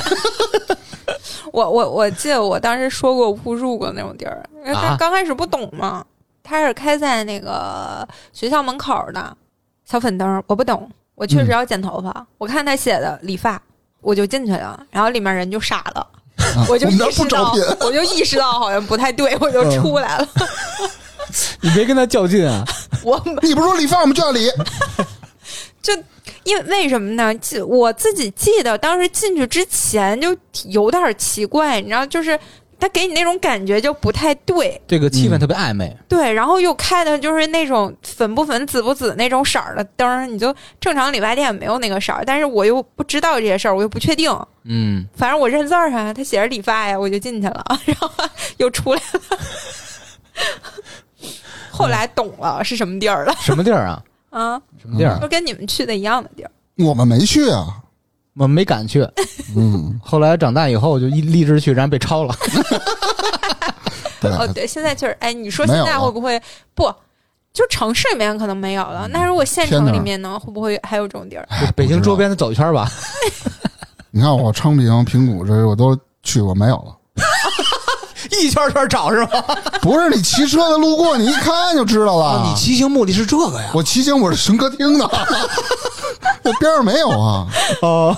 我我我记得我当时说过误入过那种地儿，因为他刚开始不懂嘛，他是开在那个学校门口的小粉灯，我不懂，我确实要剪头发，嗯、我看他写的理发。我就进去了，然后里面人就傻了，啊、我就意识到，我, 我就意识到好像不太对，我就出来了。 你别跟他较劲啊！ 我你不是说理发我们就要理， 就因为为什么呢？我自己记得当时进去之前就有点奇怪，你知道，就是他给你那种感觉就不太对， 这个气氛特别暧昧。 嗯、对，然后又开的就是那种粉不粉、紫不紫那种色儿的灯，你就正常理发店没有那个色儿，但是我又不知道这些事儿，我又不确定。 嗯， 反正我认字儿啊，他写着理发呀，我就进去了，然后又出来了。后来懂了是什么地儿了？ 什么地儿啊？ 啊， 什么地儿？ 就跟你们去的一样的地儿。 我们没去啊。 我没敢去， 嗯， 后来长大以后就一立志去，然后被抄了。 对哦，对，现在就是，哎，你说现在会不会不？就城市里面可能没有了，那如果县城里面呢，会不会还有这种地儿？ 北京周边的走一圈吧。 你看我昌平、平谷这我都去过，没有了。 一圈圈找是吗？ 不是，你骑车的路过，你一看就知道了。 哦、你骑行目的是这个呀？ 我骑行我是神歌厅的，那边上没有啊。 哦，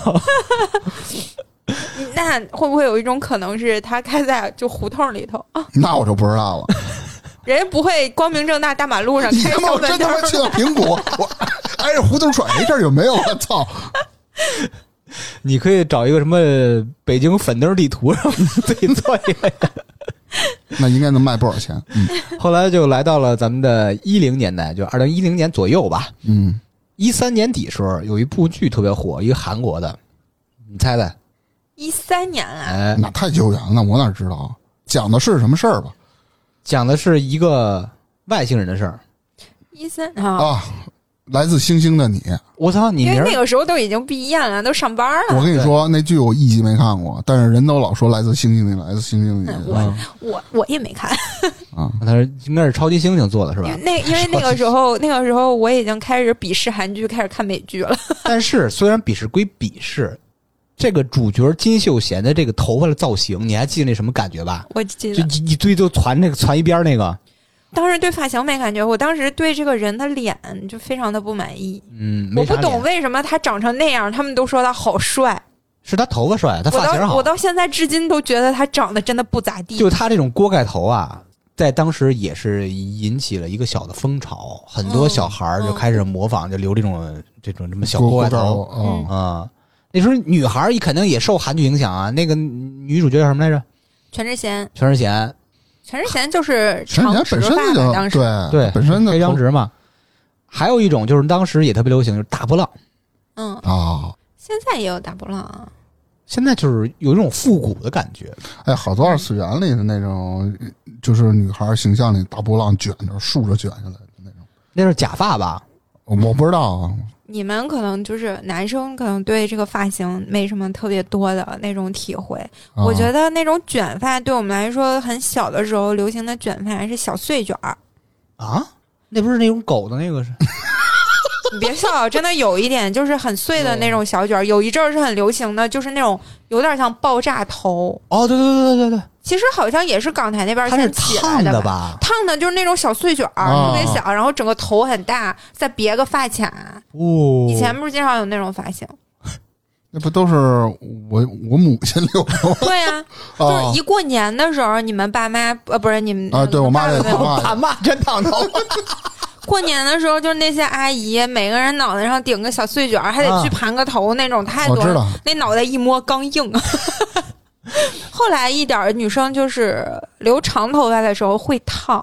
那会不会有一种可能是他开在就胡同里头啊？ 那我就不知道了。 人家不会光明正大大马路上开小粉灯。 我真他妈去到平谷，我挨着胡同转一阵有没有？我操！ 你可以找一个什么北京粉灯地图，然后自己做一个。 那应该能卖不少钱。嗯， 后来就来到了咱们的一零年代，就二零一零年左右吧。 嗯， 一三年底时候有一部剧特别火，一个韩国的，你猜猜？ 一三年啊？ 哎， 那太久远了，我哪知道？讲的是什么事儿吧？ 讲的是一个外星人的事儿。 一三啊。 啊来自星星的你， 我操！你因为那个时候都已经毕业了，都上班了。 我跟你说，那剧我一集没看过，但是人都老说来自星星的你，来自星星的你。 我、嗯、我我也没看啊， 他是应该是超级星星做的是吧？ 那因为那个时候，那个时候我已经开始鄙视韩剧，开始看美剧了。 但是虽然鄙视归鄙视，这个主角金秀贤的这个头发的造型，你还记得那什么感觉吧？ 我记得， 就一堆就攒那个攒一边那个。 当时对发型没感觉，我当时对这个人的脸就非常的不满意。 嗯， 我不懂为什么他长成那样，他们都说他好帅。 是他头发帅，他发型好。 我到我到现在至今都觉得他长得真的不咋地。 就他这种锅盖头啊，在当时也是引起了一个小的风潮，很多小孩就开始模仿，就留这种、嗯、这种这么小锅盖头。 嗯啊，那时候女孩也肯定也受韩剧影响啊。那个女主角叫什么来着？ 全智贤。 全智贤。 全智贤就是长直发的，当时对对本身的黑长直嘛。还有一种就是当时也特别流行，就是大波浪。 嗯啊、哦， 现在也有大波浪啊。 现在就是有一种复古的感觉。 哎，好多二次元里的那种，就是女孩形象里大波浪卷着竖着卷下来的那种。 那是假发吧？ 我不知道啊。 你们可能就是男生，可能对这个发型没什么特别多的那种体会。 啊、 我觉得那种卷发对我们来说，很小的时候流行的卷发是小碎卷儿啊，那不是那种狗的那个是？ 你别笑，真的有一点就是很碎的那种小卷儿。有一阵儿是很流行的，就是那种有点像爆炸头。 哦，对对对对对对。 其实好像也是港台那边先起来的吧？ 烫的就是那种小碎卷儿， 哦、 特别小，然后整个头很大，再别个发卡。 哦， 以前不是经常有那种发型？ 那不都是我我母亲留的吗？ 对呀、啊，就是一过年的时候，你们爸妈呃不是你们啊，对我妈也我爸妈真烫头。 过年的时候，就是那些阿姨，每个人脑袋上顶个小碎卷，还得去盘个头，那种太多了。那脑袋一摸刚硬。后来一点女生就是留长头发的时候会烫，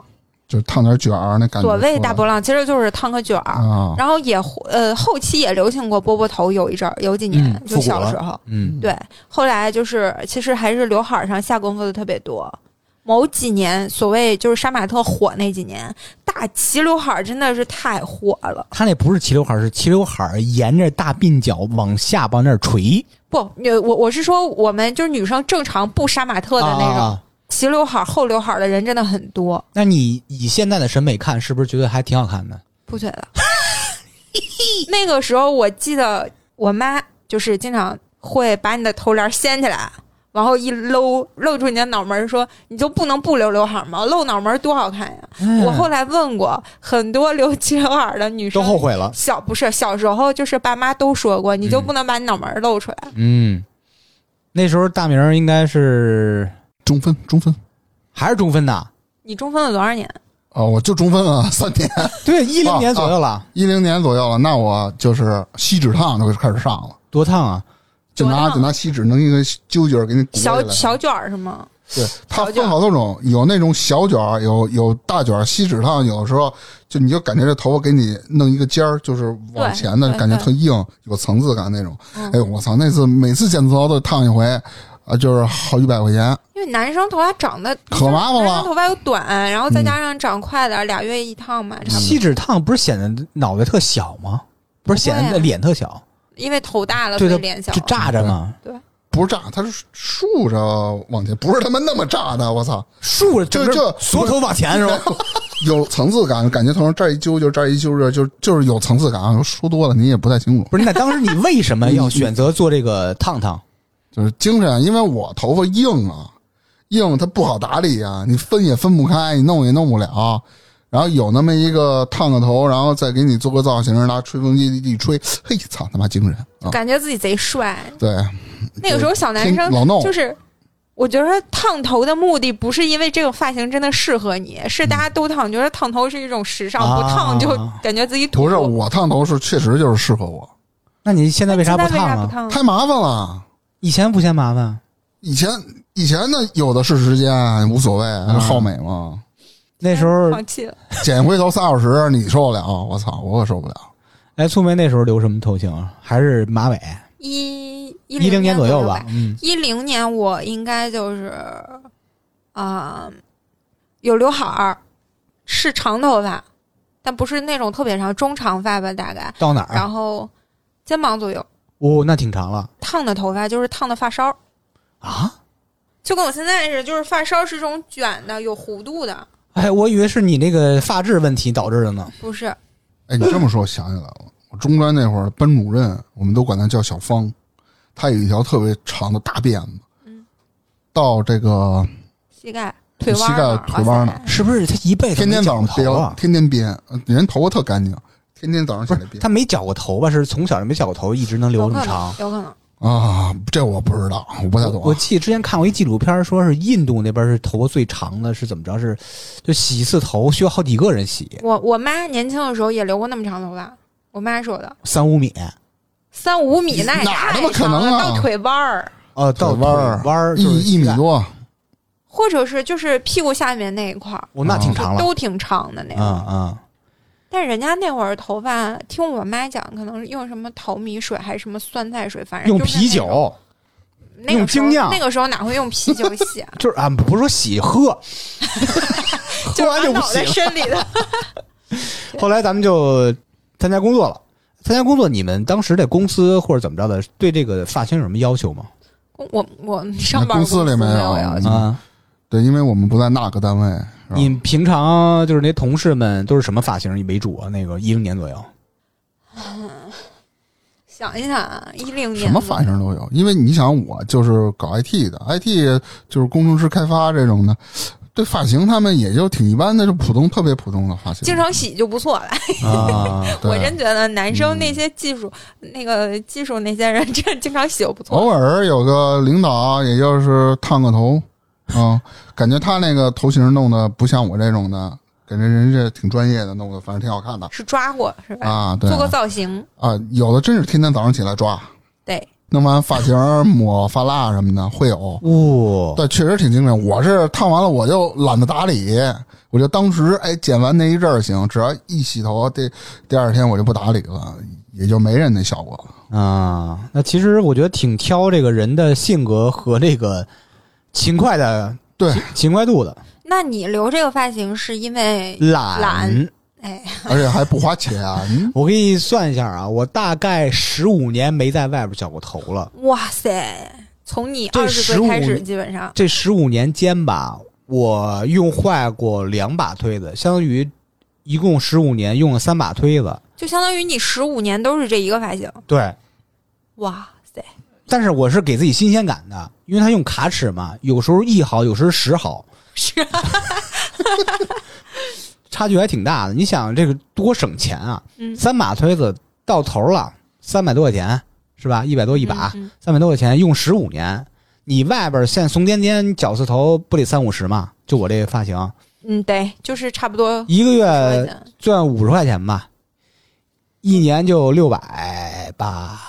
就是烫点卷儿那感觉。 所谓大波浪其实就是烫个卷儿、 啊， 然后也呃后期也流行过波波头，有一阵儿有几年、 嗯、 就小时候， 嗯， 对，后来就是其实还是刘海上下功夫的特别多。某几年所谓就是杀马特火那几年，大齐刘海真的是太火了。 他那不是齐刘海，是齐刘海沿着大鬓角往下往那儿垂。 不，我我是说我们就是女生正常不杀马特的那种。啊齐刘海后刘海的人真的很多。 那你以现在的审美看，是不是觉得还挺好看的？ 不觉得。那个时候我记得我妈就是经常会把你的头帘掀起来，然后一搂露出你的脑门，说你就不能不留刘海吗？露脑门多好看呀、嗯、我后来问过很多留齐刘海的女生， 都后悔了。 小不是小时候就是爸妈都说过，你就不能把你脑门露出来。 嗯，那时候大明应该是中分，中分还是中分的？ 你中分了多少年？ 哦，我就中分了三年。 对，一零年左右了， 一零、啊啊、年左右了。那我就是锡纸烫就开始上了。 多烫啊！ 就拿就拿锡纸弄一个揪卷给你鼓小小卷是吗？ 对，它分好多种，有那种小卷，有有大卷。锡纸烫有的时候就你就感觉这头发给你弄一个尖儿，就是往前的感觉特硬，有层次感那种。哎呦我操！那次每次剪头都烫一回。啊，就是好几百块钱， 因为男生头发长得可麻烦了， 男生头发又短，然后再加上长快点，嗯、俩月一烫嘛。 锡纸烫不是显得脑袋特小吗？不是显得脸特小， 因为头大了，所以脸小， 就炸着嘛。 对， 不是炸，它是竖着往前，不是他妈那么炸的。我操， 竖着就就缩头往前是吧？ 有层次感，感觉头上这儿一揪就这儿一揪着，就就是有层次感。说多了你也不太清楚。 不是，那当时你为什么要选择做这个烫烫？ 就是精神，因为我头发硬啊，硬它不好打理啊，你分也分不开，你弄也弄不了。然后有那么一个烫个头，然后再给你做个造型，拿吹风机一吹，嘿，操他妈精神、啊， 感觉自己贼帅。 对， 那个时候小男生老弄， 就是我觉得烫头的目的不是因为这个发型真的适合你，是大家都烫，觉得烫头是一种时尚，不烫就感觉自己土。 不是我烫头是确实就是适合我。 那你现在为啥不烫啊？ 烫太麻烦了。 以前不嫌麻烦， 以前以前呢有的是时间，无所谓，啊、好美嘛。 那时候放弃了， 剪回头仨小时，你受得了？我操，我可受不了。 哎，粗梅那时候留什么头型？还是马尾？ 一一零年左右吧。嗯， 一零年我应该就是啊、呃，有刘海儿，是长头发，但不是那种特别长，中长发吧，大概到哪儿？ 然后肩膀左右。 哦，那挺长了。 烫的头发就是烫的发梢啊， 就跟我现在似的，就是发梢是这种卷的，有弧度的。 哎，我以为是你那个发质问题导致的呢。 不是。 哎，你这么说，我想起来了，我中专那会儿班主任，我们都管他叫小方，他有一条特别长的大辫子，嗯，到这个膝盖、腿弯、 膝盖、腿弯呢， 是不是？他一辈子天天早上头啊， 天天编，人头发特干净。天天早上起来编， 他没绞过头吧？是从小就没绞过头，一直能留那么长？ 有可能啊，这我不知道，我不太懂、啊我。我记得之前看过一纪录片，说是印度那边是头发最长的，是怎么着？是就洗一次头需要好几个人洗。 我我妈年轻的时候也留过那么长头发，我妈说的， 三五米， 三五米那哪那么可能啊？ 到腿弯儿， 哦，到腿弯弯儿一一米多， 或者是就是屁股下面那一块儿， 哦，那挺长了， 都挺长的那个， 嗯嗯。 但是人家那会儿头发，听我妈讲，可能是用什么淘米水还是什么酸菜水，反正用啤酒， 用精酿。 那个时候哪会用啤酒洗啊？ 就是啊，不是说洗喝， 就喝完就不洗了。 身里的。 后来咱们就参加工作了，参加工作，你们当时在公司或者怎么着的，对这个发型有什么要求吗？ 我我上班公司里没有要求啊。 对，因为我们不在那个单位。 你平常就是那同事们都是什么发型为主啊？那个一零年左右， 嗯，想一想啊，一零年什么发型都有，因为你想，我就是搞 I T 的 ，I T 就是工程师开发这种的，对发型他们也就挺一般的，就普通特别普通的发型， 经常洗就不错了。 啊， 我真觉得男生那些技术、嗯、那个技术那些人，真经常洗就不错。 偶尔有个领导，也就是烫个头。嗯，感觉他那个头型弄得不像我这种的，感觉人家挺专业的，弄得反正挺好看的。 是抓过是吧？ 啊，对， 做个造型啊，有的真是天天早上起来抓。 对， 弄完发型抹发蜡什么的会有。 哇， 对，确实挺经典。我是烫完了我就懒得打理，我就当时哎剪完那一阵儿行，只要一洗头，第第二天我就不打理了，也就没人那效果了啊。那其实我觉得挺挑这个人的性格和这个勤快的对勤快度的。 那你留这个发型是因为懒？ 懒哎， 而且还不花钱。 我给你算一下啊，我大概十五年没在外边绞过头了。 哇塞！从你二十岁开始，基本上这十五年间吧，我用坏过两把推子，相当于一共十五年用了三把推子， 就相当于你十五年都是这一个发型。 对， 哇塞！ 但是我是给自己新鲜感的，因为它用卡尺嘛，有时候一好，有时候十好， 是， 差距还挺大的。你想这个多省钱啊！ 嗯， 三把推子到头了，三百多块钱。是吧？一百多一把，三百、 嗯嗯、 多块钱用十五年，你外边现在怂颠颠绞丝头不得三五十吗？就我这个发型， 嗯，对，就是差不多一个月赚五十块钱吧，一年就六百八，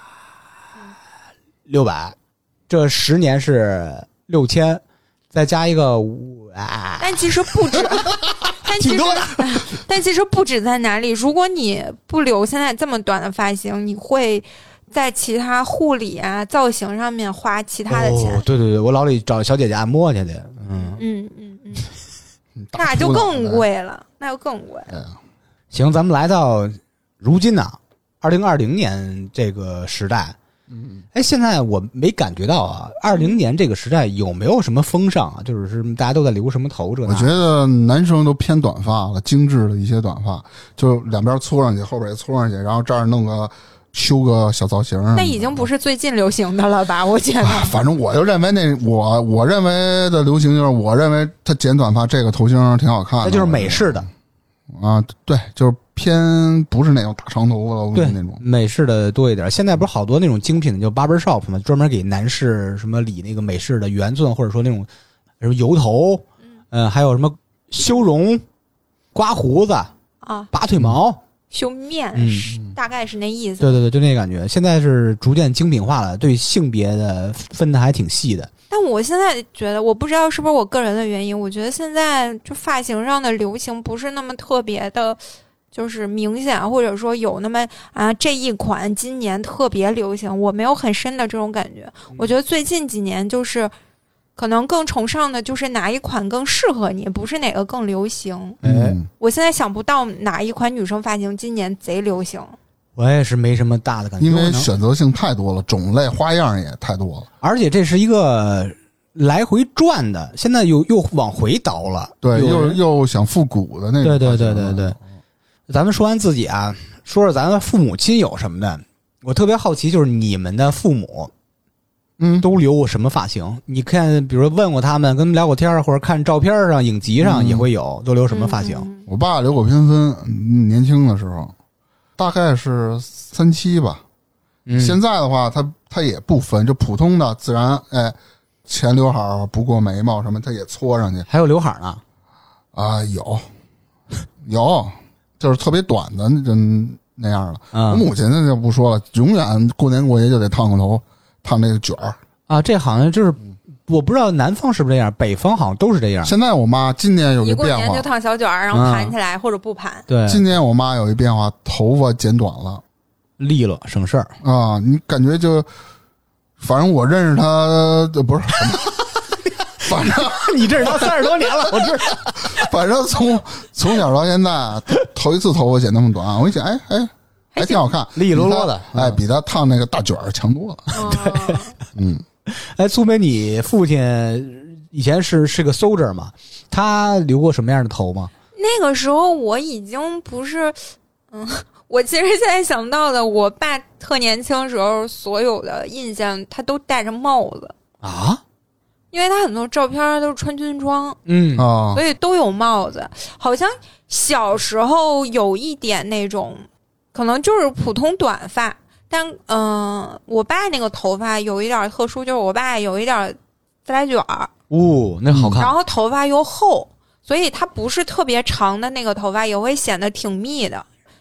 六百，这十年是六千，再加一个五，啊、 但其实不止。但其实，但其实不止在哪里。如果你不留现在这么短的发型，你会在其他护理啊、造型上面花其他的钱。 哦、对对对，我老得找小姐姐按摩去的。嗯嗯嗯嗯，那就更贵了，那就更贵了。 行，咱们来到如今呢、啊，二零二零年这个时代。 嗯， 哎，现在我没感觉到啊，二零年这个时代有没有什么风尚啊？就是是大家都在留什么头这？ 我觉得男生都偏短发了，精致的一些短发，就两边搓上去，后边也搓上去，然后这儿弄个修个小造型。 那已经不是最近流行的了吧？我觉得， 啊、反正我就认为那我我认为的流行就是，我认为他剪短发这个头型挺好看的， 那就是美式的啊，对，就是偏不是那种大长头发对那种， 美式的多一点。现在不是好多那种精品的，就 barber shop 嘛，专门给男士什么理那个美式的圆寸，或者说那种什么油头，嗯、呃，还有什么修容、刮胡子啊、 拔腿毛、 修面， 嗯， 大概是那意思。 对对对，就那感觉。现在是逐渐精品化了，对性别的分的还挺细的。 但我现在觉得，我不知道是不是我个人的原因，我觉得现在就发型上的流行不是那么特别的，就是明显，或者说有那么啊这一款今年特别流行，我没有很深的这种感觉。我觉得最近几年就是可能更崇尚的就是哪一款更适合你，不是哪个更流行。 嗯， 我现在想不到哪一款女生发型今年贼流行。 我也是没什么大的感觉， 因为选择性太多了，种类花样也太多了， 而且这是一个来回转的，现在又又往回倒了， 对，又又想复古的那种。 对对对对对。咱们说完自己啊，说说咱们父母亲友什么的。我特别好奇，就是你们的父母， 嗯， 都留过什么发型？你看，比如问过他们，跟他们聊过天，或者看照片上、影集上也会有，嗯、都留什么发型？ 嗯、 我爸留过偏分，年轻的时候。大概是三七吧，嗯、现在的话，他他也不分，就普通的自然，哎，前刘海不过眉毛什么，他也搓上去。 还有刘海呢？ 啊，有，有，就是特别短的那那样的。 嗯、 我母亲那就不说了，永远过年过节就得烫个头，烫那个卷儿啊。这好像就是。我不知道南方是不是这样，北方好像都是这样。 现在我妈今年有一变化， 一过年就烫小卷儿，然后盘起来、嗯、或者不盘。 对， 今年我妈有一变化，头发剪短了， 利落省事儿啊！你感觉就，反正我认识她，不是，反正你认识她三十多年了，我知道。 反正从从小到现在，头一次头发剪那么短，我一想，哎哎，还挺好看， 利利落落的， 哎，比她烫那个大卷儿强多了。 哦、 对，嗯。 哎，苏梅，你父亲以前是是个 soldier 嘛？他留过什么样的头吗？ 那个时候我已经不是，嗯，我其实现在想到的，我爸特年轻时候所有的印象，他都戴着帽子啊， 因为他很多照片都是穿军装， 嗯啊， 所以都有帽子。好像小时候有一点那种，可能就是普通短发。但嗯、呃，我爸那个头发有一点特殊，就是我爸有一点自来卷儿， 哦，那好看。 然后头发又厚，所以它不是特别长的那个头发也会显得挺密的。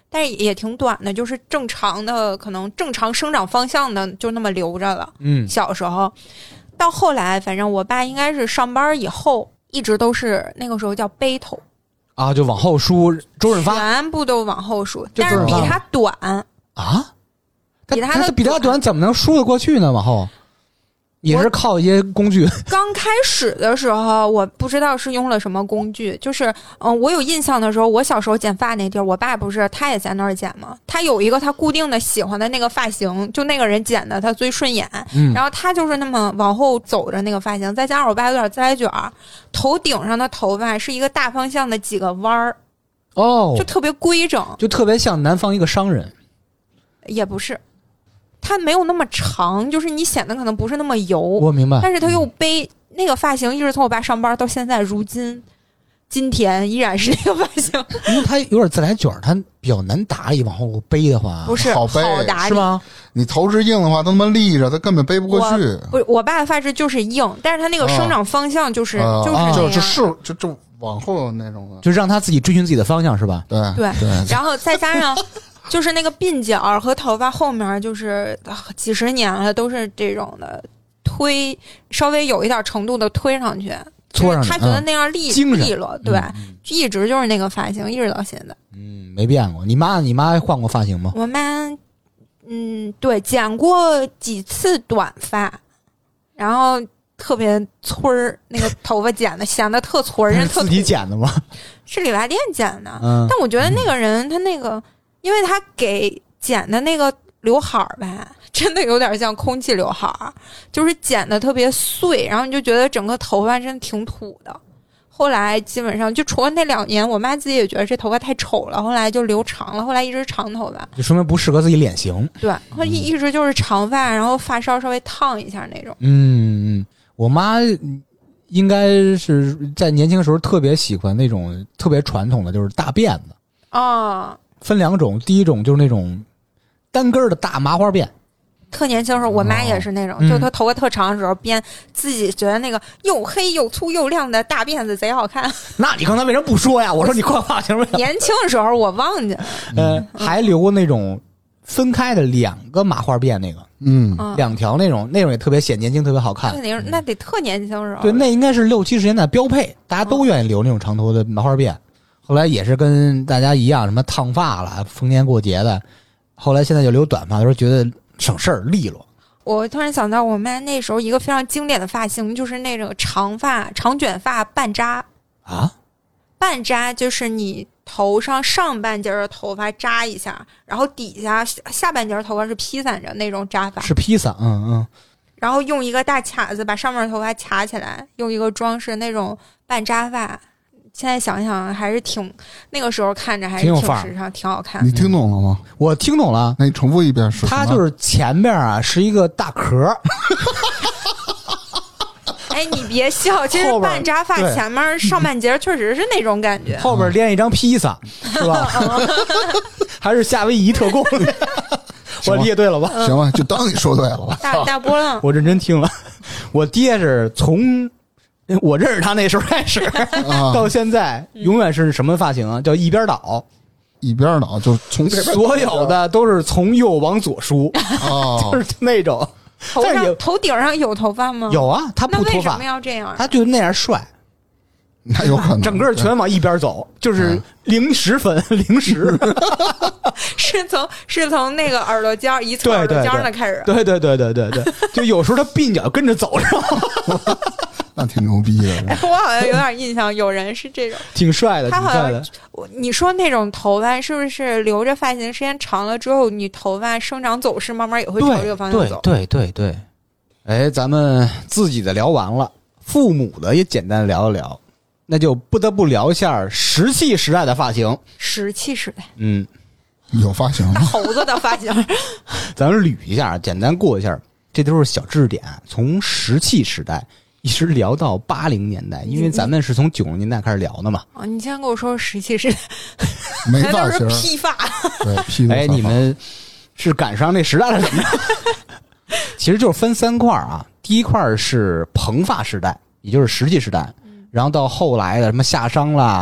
但是也挺短的，就是正常的，可能正常生长方向的就那么留着了。 嗯， 小时候到后来，反正我爸应该是上班以后，一直都是那个时候叫背头啊，就往后梳周润发， 全部都往后梳， 就但是比他短啊， 比他的比他短怎么能梳得过去呢？往后也是靠一些工具。 刚开始的时候，我不知道是用了什么工具，就是嗯、呃，我有印象的时候，我小时候剪发那地儿，我爸不是他也在那儿剪吗？他有一个他固定的喜欢的那个发型，就那个人剪的他最顺眼， 嗯， 然后他就是那么往后走着那个发型，再加上我爸有点自来卷，头顶上的头发是一个大方向的几个弯儿， 哦， 就特别规整， 就特别像南方一个商人， 也不是。它没有那么长，就是你显得可能不是那么油， 我明白。 但是它又背那个发型，一直从我爸上班到现在，如今今天依然是那个发型。 因为它有点自来卷，它比较难打理，往后背的话不是好背好打理是吗？ 你头质硬的话，都他妈立着，它根本背不过去。 不是我爸的发质就是硬，但是他那个生长方向就是、 哦、 就是那样， 就就是就就往后那种的， 就让他自己追寻自己的方向，是吧？ 对对对， 然后再加上。就是那个鬓角和头发后面，就是几十年了，都是这种的推，稍微有一点程度的推上去， 搓上去， 他觉得那样利、 嗯、 利落，对、 嗯， 一直就是那个发型，一直到现在。 嗯，没变过。你妈，你妈换过发型吗？ 我妈，嗯，对，剪过几次短发，然后特别村儿，那个头发剪的显得特村儿，人特自己剪的吗？ 是理发店剪的， 嗯， 但我觉得那个人、嗯、他那个。因为他给剪的那个刘海儿吧，真的有点像空气刘海儿，就是剪的特别碎，然后你就觉得整个头发真的挺土的。后来基本上就除了那两年，我妈自己也觉得这头发太丑了，后来就留长了，后来一直长头发， 就说明不适合自己脸型。 对，后来一直就是长发，然后发梢稍微烫一下那种。 嗯，我妈应该是在年轻的时候特别喜欢那种特别传统的，就是大辫子啊。哦， 分两种，第一种就是那种单根的大麻花辫， 特年轻的时候，我妈也是那种， 哦、 就她头发特长的时候，编自己觉得那个又黑又粗又亮的大辫子贼好看。 那你刚才为什么不说呀？我说你换发型没有？ 年轻的时候我忘记了。 呃，还留过那种分开的两个麻花辫，那个， 嗯， 两条那种，那种也特别显年轻，特别好看。 那得那得特年轻时候。 对，那应该是六七十年代标配，大家都愿意留那种长头的麻花辫。后来也是跟大家一样，什么烫发了，逢年过节的。后来现在就留短发，的时候觉得省事儿利落。 我突然想到，我妈那时候一个非常经典的发型，就是那种长发、长卷发半扎啊。 半扎就是你头上上半截的头发扎一下，然后底下下半截头发是披散着那种扎法。 是披萨，嗯嗯。 然后用一个大卡子把上面的头发卡起来，用一个装饰那种半扎发。现在想想还是挺，那个时候看着还是挺时尚，挺好看。 你听懂了吗？ 我听懂了。 那你重复一遍是什么？ 它就是前面啊是一个大壳。 哎，你别笑，其实半扎发前面上半截确实是那种感觉， 后边连一张披萨，是吧？还是夏威夷特供？我理解对了吧？ 行吧，就当你说对了吧。 大大波浪， 我认真听了。我爹是从我认识他那时候开始， 啊、 到现在永远是什么发型啊？叫一边倒。 一边倒就从所有的都是从右往左梳， 哦， 就是那种。 头上头顶上有头发吗？ 有啊，他不脱发。 那为什么要这样？ 他就那样帅。 那有可能， 整个全往一边走，就是零十分，零十。 是从是从那个耳朵尖一侧耳朵尖的开始。 对对对对对对，就有时候他鬓角跟着走上。 那挺牛逼的。 哎，我好像有点印象，有人是这种， 挺帅的， 他好像挺帅的。你说那种头发是不是留着发型时间长了之后，你头发生长走势慢慢也会朝这个方向走？ 对对对对。哎，咱们自己的聊完了，父母的也简单聊一聊，那就不得不聊一下石器时代的发型。 石器时代， 嗯， 有发型吗？ 猴子的发型。 咱们捋一下，简单过一下，这都是小知识点，从石器时代一直聊到八零年代，因为咱们是从九十年代开始聊的嘛。 哦，你先跟我说石器时代， 没发型， 披发。 对，披发。 哎，你们是赶上那时代了怎么着？其实就是分三块啊，第一块是蓬发时代，也就是石器时代，然后到后来的什么夏商啦、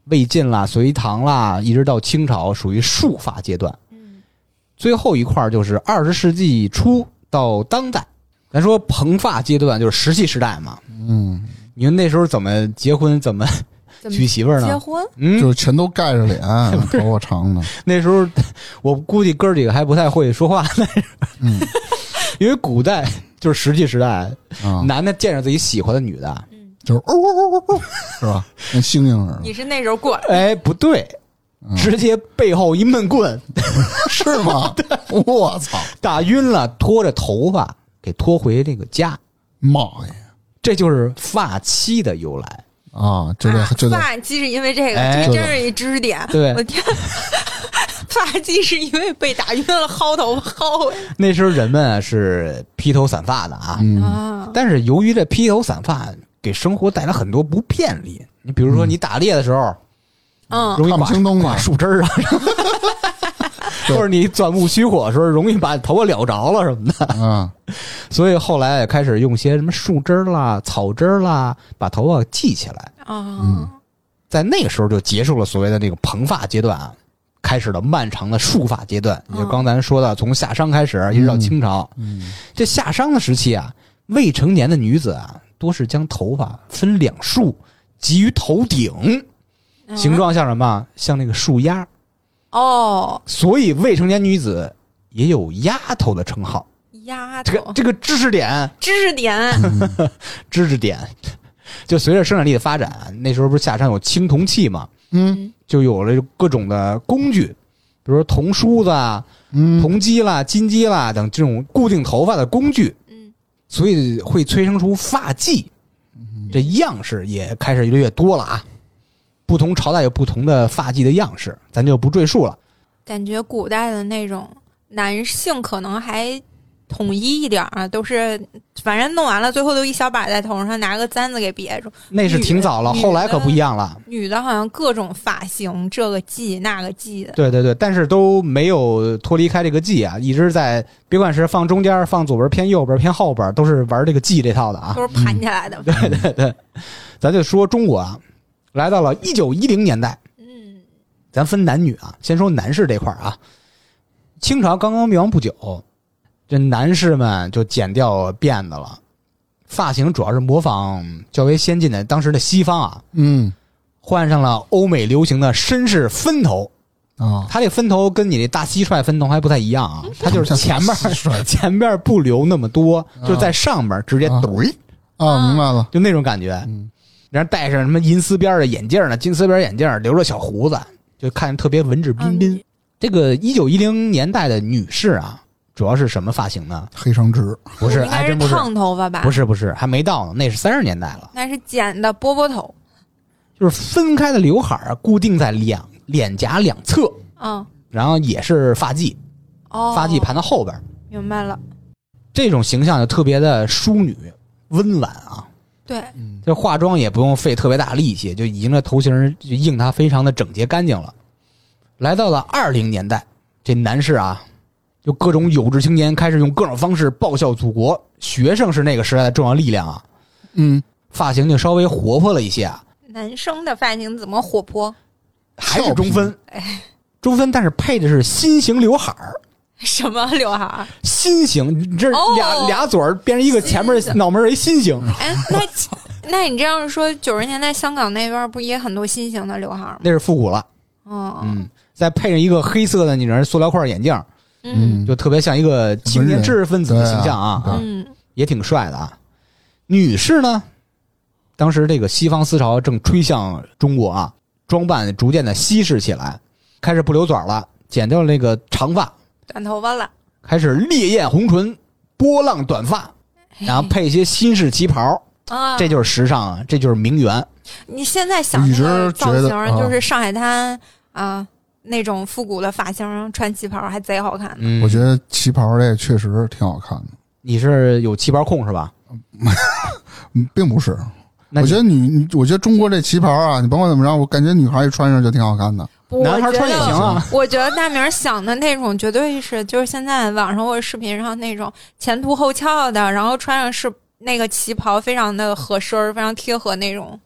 魏晋啦、隋唐啦，一直到清朝，属于束发阶段。 嗯， 最后一块就是二十世纪初到当代，咱说蓬发阶段就是石器时代嘛。 嗯， 你们那时候怎么结婚，怎么娶媳妇儿呢？ 结婚？ 嗯， 就是全都盖着脸，头发长的。 那时候我估计哥儿几个还不太会说话呢。 嗯， 因为古代就是石器时代， 啊， 男的见着自己喜欢的女的， 就是哦哦哦哦，是吧？跟猩猩似的。 你是那时候过来？ 哎，不对， 嗯直接背后一闷棍， 是吗？我操！ 打晕了，拖着头发给拖回这个家， 妈呀！ 这就是发妻的由来。 啊，就得啊就得发髻是因为这个， 哎这真是一知识点。 对我天，发髻是因为被打晕了，薅头发薅回那时候人们啊是披头散发的啊， 嗯啊。 但是由于这披头散发给生活带来很多不便利。你比如说，你打猎的时候， 嗯， 容易刮看不清东西刮树枝儿啊，或者你钻木取火的时候，容易把头发燎着了什么的。 啊， 所以后来也开始用些什么树枝儿啦、草枝儿啦，把头发系起来。 啊， 在那个时候就结束了所谓的那个蓬发阶段啊，开始了漫长的束发阶段。也就刚才说的，从夏商开始一直到清朝， 嗯， 这夏商的时期啊，未成年的女子啊，多是将头发分两束，及于头顶， 嗯形状像什么？像那个树丫。 哦， 所以未成年女子也有丫头的称号。 丫头， 这个这个知识点， 知识点， 知识点，就随着生产力的发展，那时候不是夏商有青铜器嘛， 嗯就有了各种的工具，比如说铜梳子啊、 嗯， 铜机啦、金机啦等这种固定头发的工具， 嗯， 所以会催生出发髻，这样式也开始越来越多了啊。不同朝代有不同的发髻的样式，咱就不赘述了。 感觉古代的那种男性可能还统一一点啊，都是反正弄完了，最后都一小把在头上，拿个簪子给别住。 那是挺早了， 女后来可不一样了。 女的好像各种发型，这个髻那个髻的。 对对对，但是都没有脱离开这个髻啊，一直在，别管是放中间、放左边偏右边偏后边，都是玩这个髻这套的啊。 都是盘起来的。 对对对，咱就说中国啊，来到了一九一零年代， 嗯咱分男女啊，先说男士这块啊。清朝刚刚灭亡不久，这男士们就剪掉辫子了，发型主要是模仿较为先进的当时的西方啊， 嗯换上了欧美流行的绅士分头。 啊， 他这分头跟你这大蟋蟀分头还不太一样啊，他就是前面前面不留那么多，就是在上面直接怼啊，明白了， 就那种感觉。 嗯， 然后戴上什么银丝边的眼镜呢，金丝边眼镜，留着小胡子，就看着特别文质彬彬。 嗯这个一九一零年代的女士啊，主要是什么发型呢？ 黑长直， 不是， 应该是还真不是， 烫头发吧？ 不，是不是，还没到呢，那是三十年代了， 那是剪的波波头。 就是分开的刘海儿固定在两脸颊两侧， 嗯， 然后也是发髻， 哦， 发髻盘到后边。 明白了。 这种形象就特别的淑女温婉啊， 对， 这化妆也不用费特别大力气，就已经这头型就映它非常的整洁干净了。来到了二零年代，这男士啊，就各种有志青年开始用各种方式报效祖国，学生是那个时代的重要力量啊。 嗯， 发型就稍微活泼了一些啊， 男生的发型怎么活泼？ 还是中分， 哎， 中分，但是配的是心形刘海儿。 什么刘海儿？ 心形，你这俩、 哦俩嘴儿变成一个前面脑门儿一心形。 哎，那那你这样说，九十年代香港那边不也很多新型的刘海吗？ 那是复古了， 哦， 嗯，再配上一个黑色的你这塑料块眼镜， 嗯就特别像一个青年知识分子的形象啊， 啊嗯也挺帅的啊。女士呢，当时这个西方思潮正吹向中国啊，装扮逐渐的西式起来，开始不留嘴了，剪掉了那个长发， 短头发了， 开始烈焰红唇，波浪短发，然后配一些新式旗袍， 啊， 这就是时尚啊，这就是名媛。 你现在想那一直个造觉得型，就是上海滩啊那种复古的发型，穿旗袍还贼好看呢。 嗯， 我觉得旗袍这确实挺好看的， 你是有旗袍控是吧？ 嗯，并不是。 那你我觉得女，我觉得中国这旗袍啊，你甭管怎么着，我感觉女孩一穿上就挺好看的。 不男孩穿也行啊。 我觉得大明想的那种绝对是，就是现在网上或者视频上那种前凸后翘的，然后穿上是那个旗袍非常的合身，非常贴合那种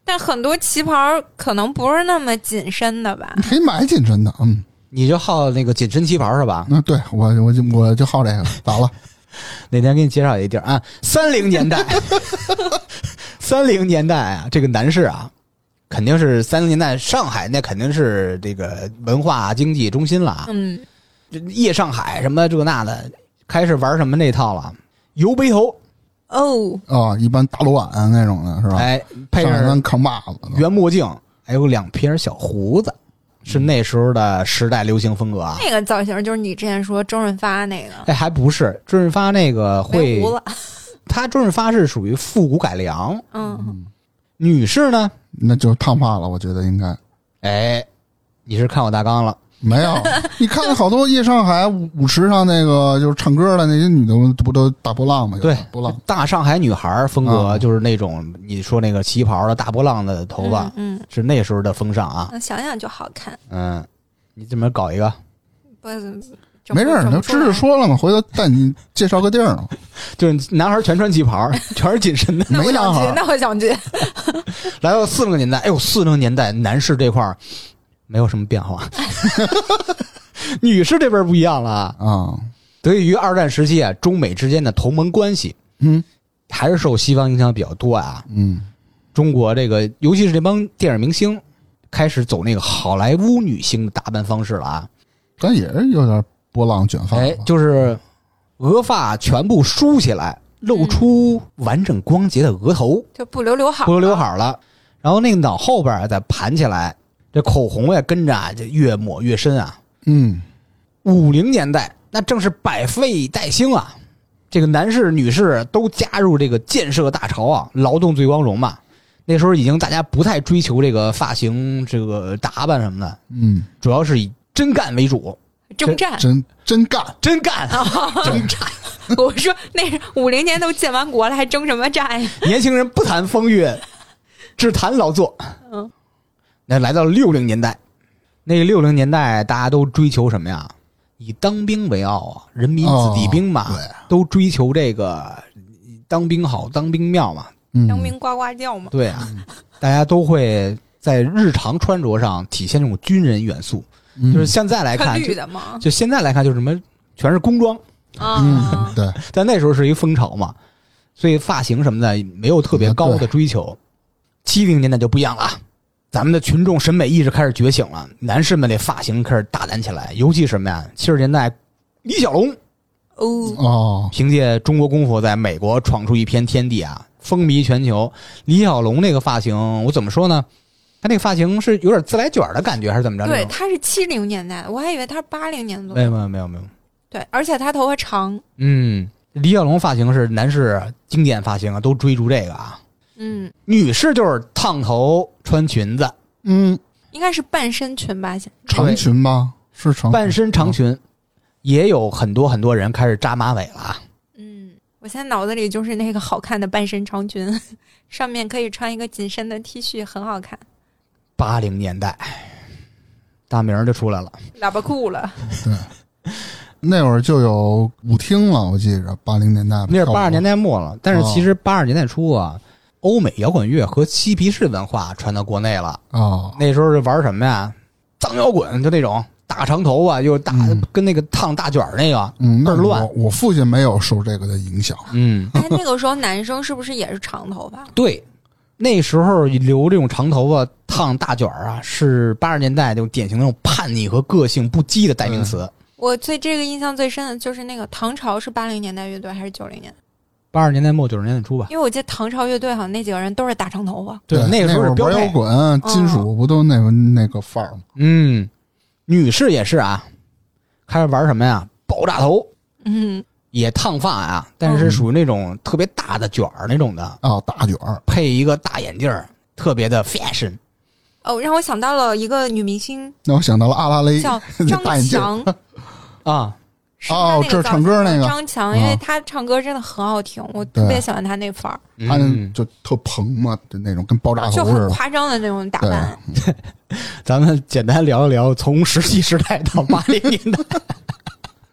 但很多旗袍可能不是那么紧身的吧？ 你可以买紧身的，嗯， 你就好那个紧身旗袍是吧？ 那对我我就我就好这个，咋了？ 哪天给你介绍一地儿啊？三零年代，三零年代啊，这个男士啊，肯定是三零年代上海那肯定是这个文化经济中心了啊。 嗯， 夜上海什么这个那的，开始玩什么那套了？油背头哦哦，一般大罗碗那种的是吧？ 哎，配上上扛把子， 圆墨镜，还有两撇小胡子，是那时候的时代流行风格啊。 那个造型就是你之前说周润发那个， 哎，还不是周润发那个会没胡子， 他周润发是属于复古改良。 嗯， 女士呢？ 那就烫发了，我觉得应该哎，你是看我大纲了？ 没有。你看好多夜上海舞舞池上那个就是唱歌的那些女的，不都大波浪吗？ 对， 波浪大上海女孩风格啊就是那种、你说那个旗袍的大波浪的头发， 嗯， 是那时候的风尚啊。 嗯想想就好看。 嗯，你怎么搞一个？ 不， 没事儿，那知识说了嘛，回头带你介绍个地儿。 就是男孩全穿旗袍，全是紧身的。 那我没男孩想去，那我想去。 来到四零年代，哎呦，四零年代男士这块儿没有什么变化，女士这边不一样了啊。 啊， 得益于二战时期啊，中美之间的同盟关系， 嗯还是受西方影响比较多啊。 嗯， 中国这个，尤其是这帮电影明星，开始走那个好莱坞女星的打扮方式了啊。 咱也是有点波浪卷发吧， 哎，就是额发全部梳起来，露出完整光洁的额头， 就不留刘海， 不留刘海了。然后那个脑后边再盘起来，这口红也跟着啊，这越抹越深啊。 嗯， 五零年代那正是百废待兴啊，这个男士女士都加入这个建设大潮啊，劳动最光荣嘛。那时候已经大家不太追求这个发型、这个打扮什么的， 嗯， 主要是以真干为主， 征战。 真真干， 真干，真战。 我说那是五零年都建完国了，还征什么战呀？ 年轻人不谈风月，只谈劳作。 嗯， 那来到六零年代，那个六零年代大家都追求什么呀？以当兵为傲啊，人民子弟兵嘛， 哦对， 都追求这个当兵好，当兵妙嘛。 嗯， 当兵呱呱叫嘛。 对啊，大家都会在日常穿着上体现这种军人元素。 嗯就是现在来穿看，就绿的吗？ 就现在来看，就是什么全是工装， 啊嗯，，对， 但那时候是一风潮嘛，所以发型什么的没有特别高的追求。七零年代就不一样了啊，咱们的群众审美意识开始觉醒了，男士们的发型开始大胆起来，尤其什么呀？七十年代，李小龙哦， 哦， 凭借中国功夫在美国闯出一片天地啊，风靡全球。李小龙那个发型，我怎么说呢？他那个发型是有点自来卷的感觉，还是怎么着？ 对，他是七零年代的，我还以为他是八零年左没有右。 没有没有没有。 对，而且他头发长。 嗯，李小龙发型是男士经典发型啊，都追逐这个啊。 嗯， 女士就是烫头穿裙子， 嗯， 应该是半身裙吧？现长裙吧，是长裙半身长裙，也有很多很多人开始扎马尾了啊。 嗯，我现在脑子里就是那个好看的半身长裙，上面可以穿一个紧身的 T 恤，很好看。 八零年代，大名就出来了。 喇叭裤了。 对，那会儿就有舞厅了，我记着八零年代， 那是八十年代末了，但是其实八十年代初啊，欧美摇滚乐和嬉皮士文化传到国内了。 哦， 那时候是玩什么呀？脏摇滚，就那种大长头发，又大、 嗯、 跟那个烫大卷那个， 嗯， 倍儿乱。 我我父亲没有受这个的影响。 嗯， 哎，那个时候男生是不是也是长头发？ 对。那时候留这种长头发烫大卷啊，是八十年代那种典型的那种叛逆和个性不羁的代名词。 嗯、我对这个印象最深的就是那个唐朝，是八零年代乐队还是九零年？ 八十年代末九十年代初吧。 因为我记得唐朝乐队好像那几个人都是大长头发。 对，那个时候是标配。 玩摇滚、金属不都那个、嗯、那个范儿吗？ 嗯，女士也是啊，开始玩什么呀？爆炸头。 嗯。 也烫发啊，但是属于那种特别大的卷儿那种的啊、哦，大卷儿， 配一个大眼镜儿，特别的 fashion。 哦，让我想到了一个女明星， 那我想到了阿拉蕾， 叫张强啊， 哦，这唱歌那个张强，因为她唱歌真的很好听，我特别喜欢她那范儿。 她就特蓬嘛，就那种跟爆炸头似的， 就很夸张的那种打扮。 咱们简单聊一聊从石器时代到八零年代。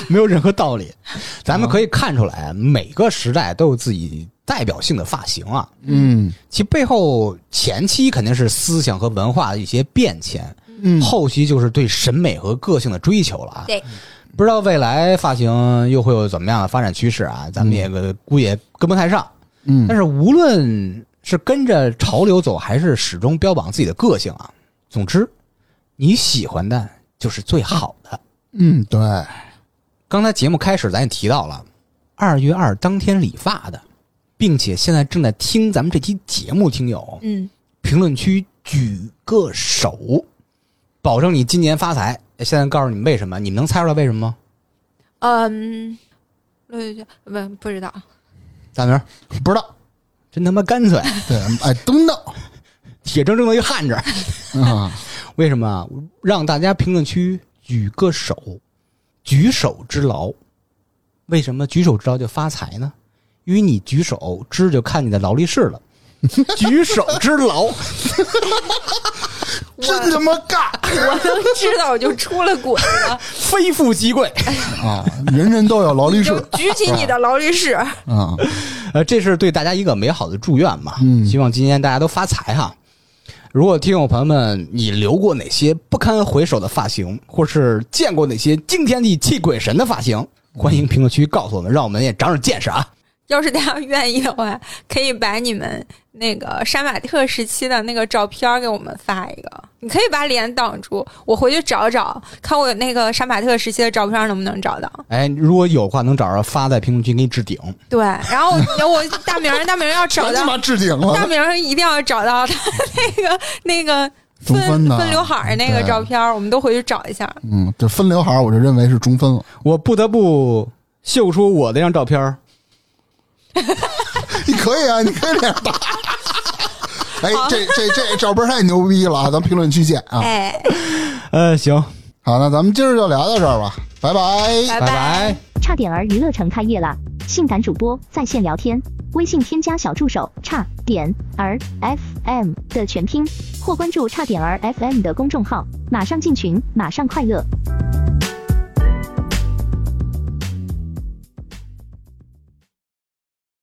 没有任何道理。咱们可以看出来，每个时代都有自己代表性的发型啊。 嗯， 其背后前期肯定是思想和文化的一些变迁， 嗯， 后期就是对审美和个性的追求了啊。 对， 不知道未来发型又会有怎么样的发展趋势啊？咱们也估计也跟不太上。 嗯， 但是无论是跟着潮流走，还是始终标榜自己的个性啊，总之你喜欢的就是最好的。 嗯，对。 刚才节目开始咱也提到了二月二当天理发的，并且现在正在听咱们这期节目听友， 嗯， 评论区举个手，保证你今年发财。现在告诉你们为什么，你们能猜出来为什么吗？ 嗯，对对对，不不知道。 大明不知道， 真他妈干脆， 对，哎，don't know， 铁铮铮的一汉子啊！ 为什么啊？让大家评论区举个手，举手之劳。为什么举手之劳就发财呢？因为你举手，知就看你的劳力士了。举手之劳， 真他妈尬！ 我能知道我就出了轨了， 非富即贵啊！人人都有劳力士， 就举起你的劳力士啊！ 呃，这是对大家一个美好的祝愿嘛。 嗯， 希望今年大家都发财哈。如果听友朋友们，你留过哪些不堪回首的发型，或是见过哪些惊天地泣鬼神的发型，欢迎评论区告诉我们，让我们也长长见识啊。 要是大家愿意的话，可以把你们那个杀马特时期的那个照片给我们发一个。你可以把脸挡住，我回去找找，看我有那个杀马特时期的照片能不能找到。 哎，如果有的话，能找着发在评论区给你置顶。 对，然后我大明大明要找到， 置顶了。 大明一定要找到他那个那个分分分刘海那个照片，我们都回去找一下。 嗯，这分刘海我就认为是中分了。 我不得不秀出我那张照片。 你可以啊，你可以这样打。哎，这这这照片太牛逼了，咱评论区见啊！ 哎， 呃，行， 好，那咱们今儿就聊到这儿吧，拜拜， 拜拜拜。 差点儿娱乐城开业啦！性感主播在线聊天，微信添加小助手差点儿 F M 的全拼，或关注差点儿 F M 的公众号，马上进群，马上快乐。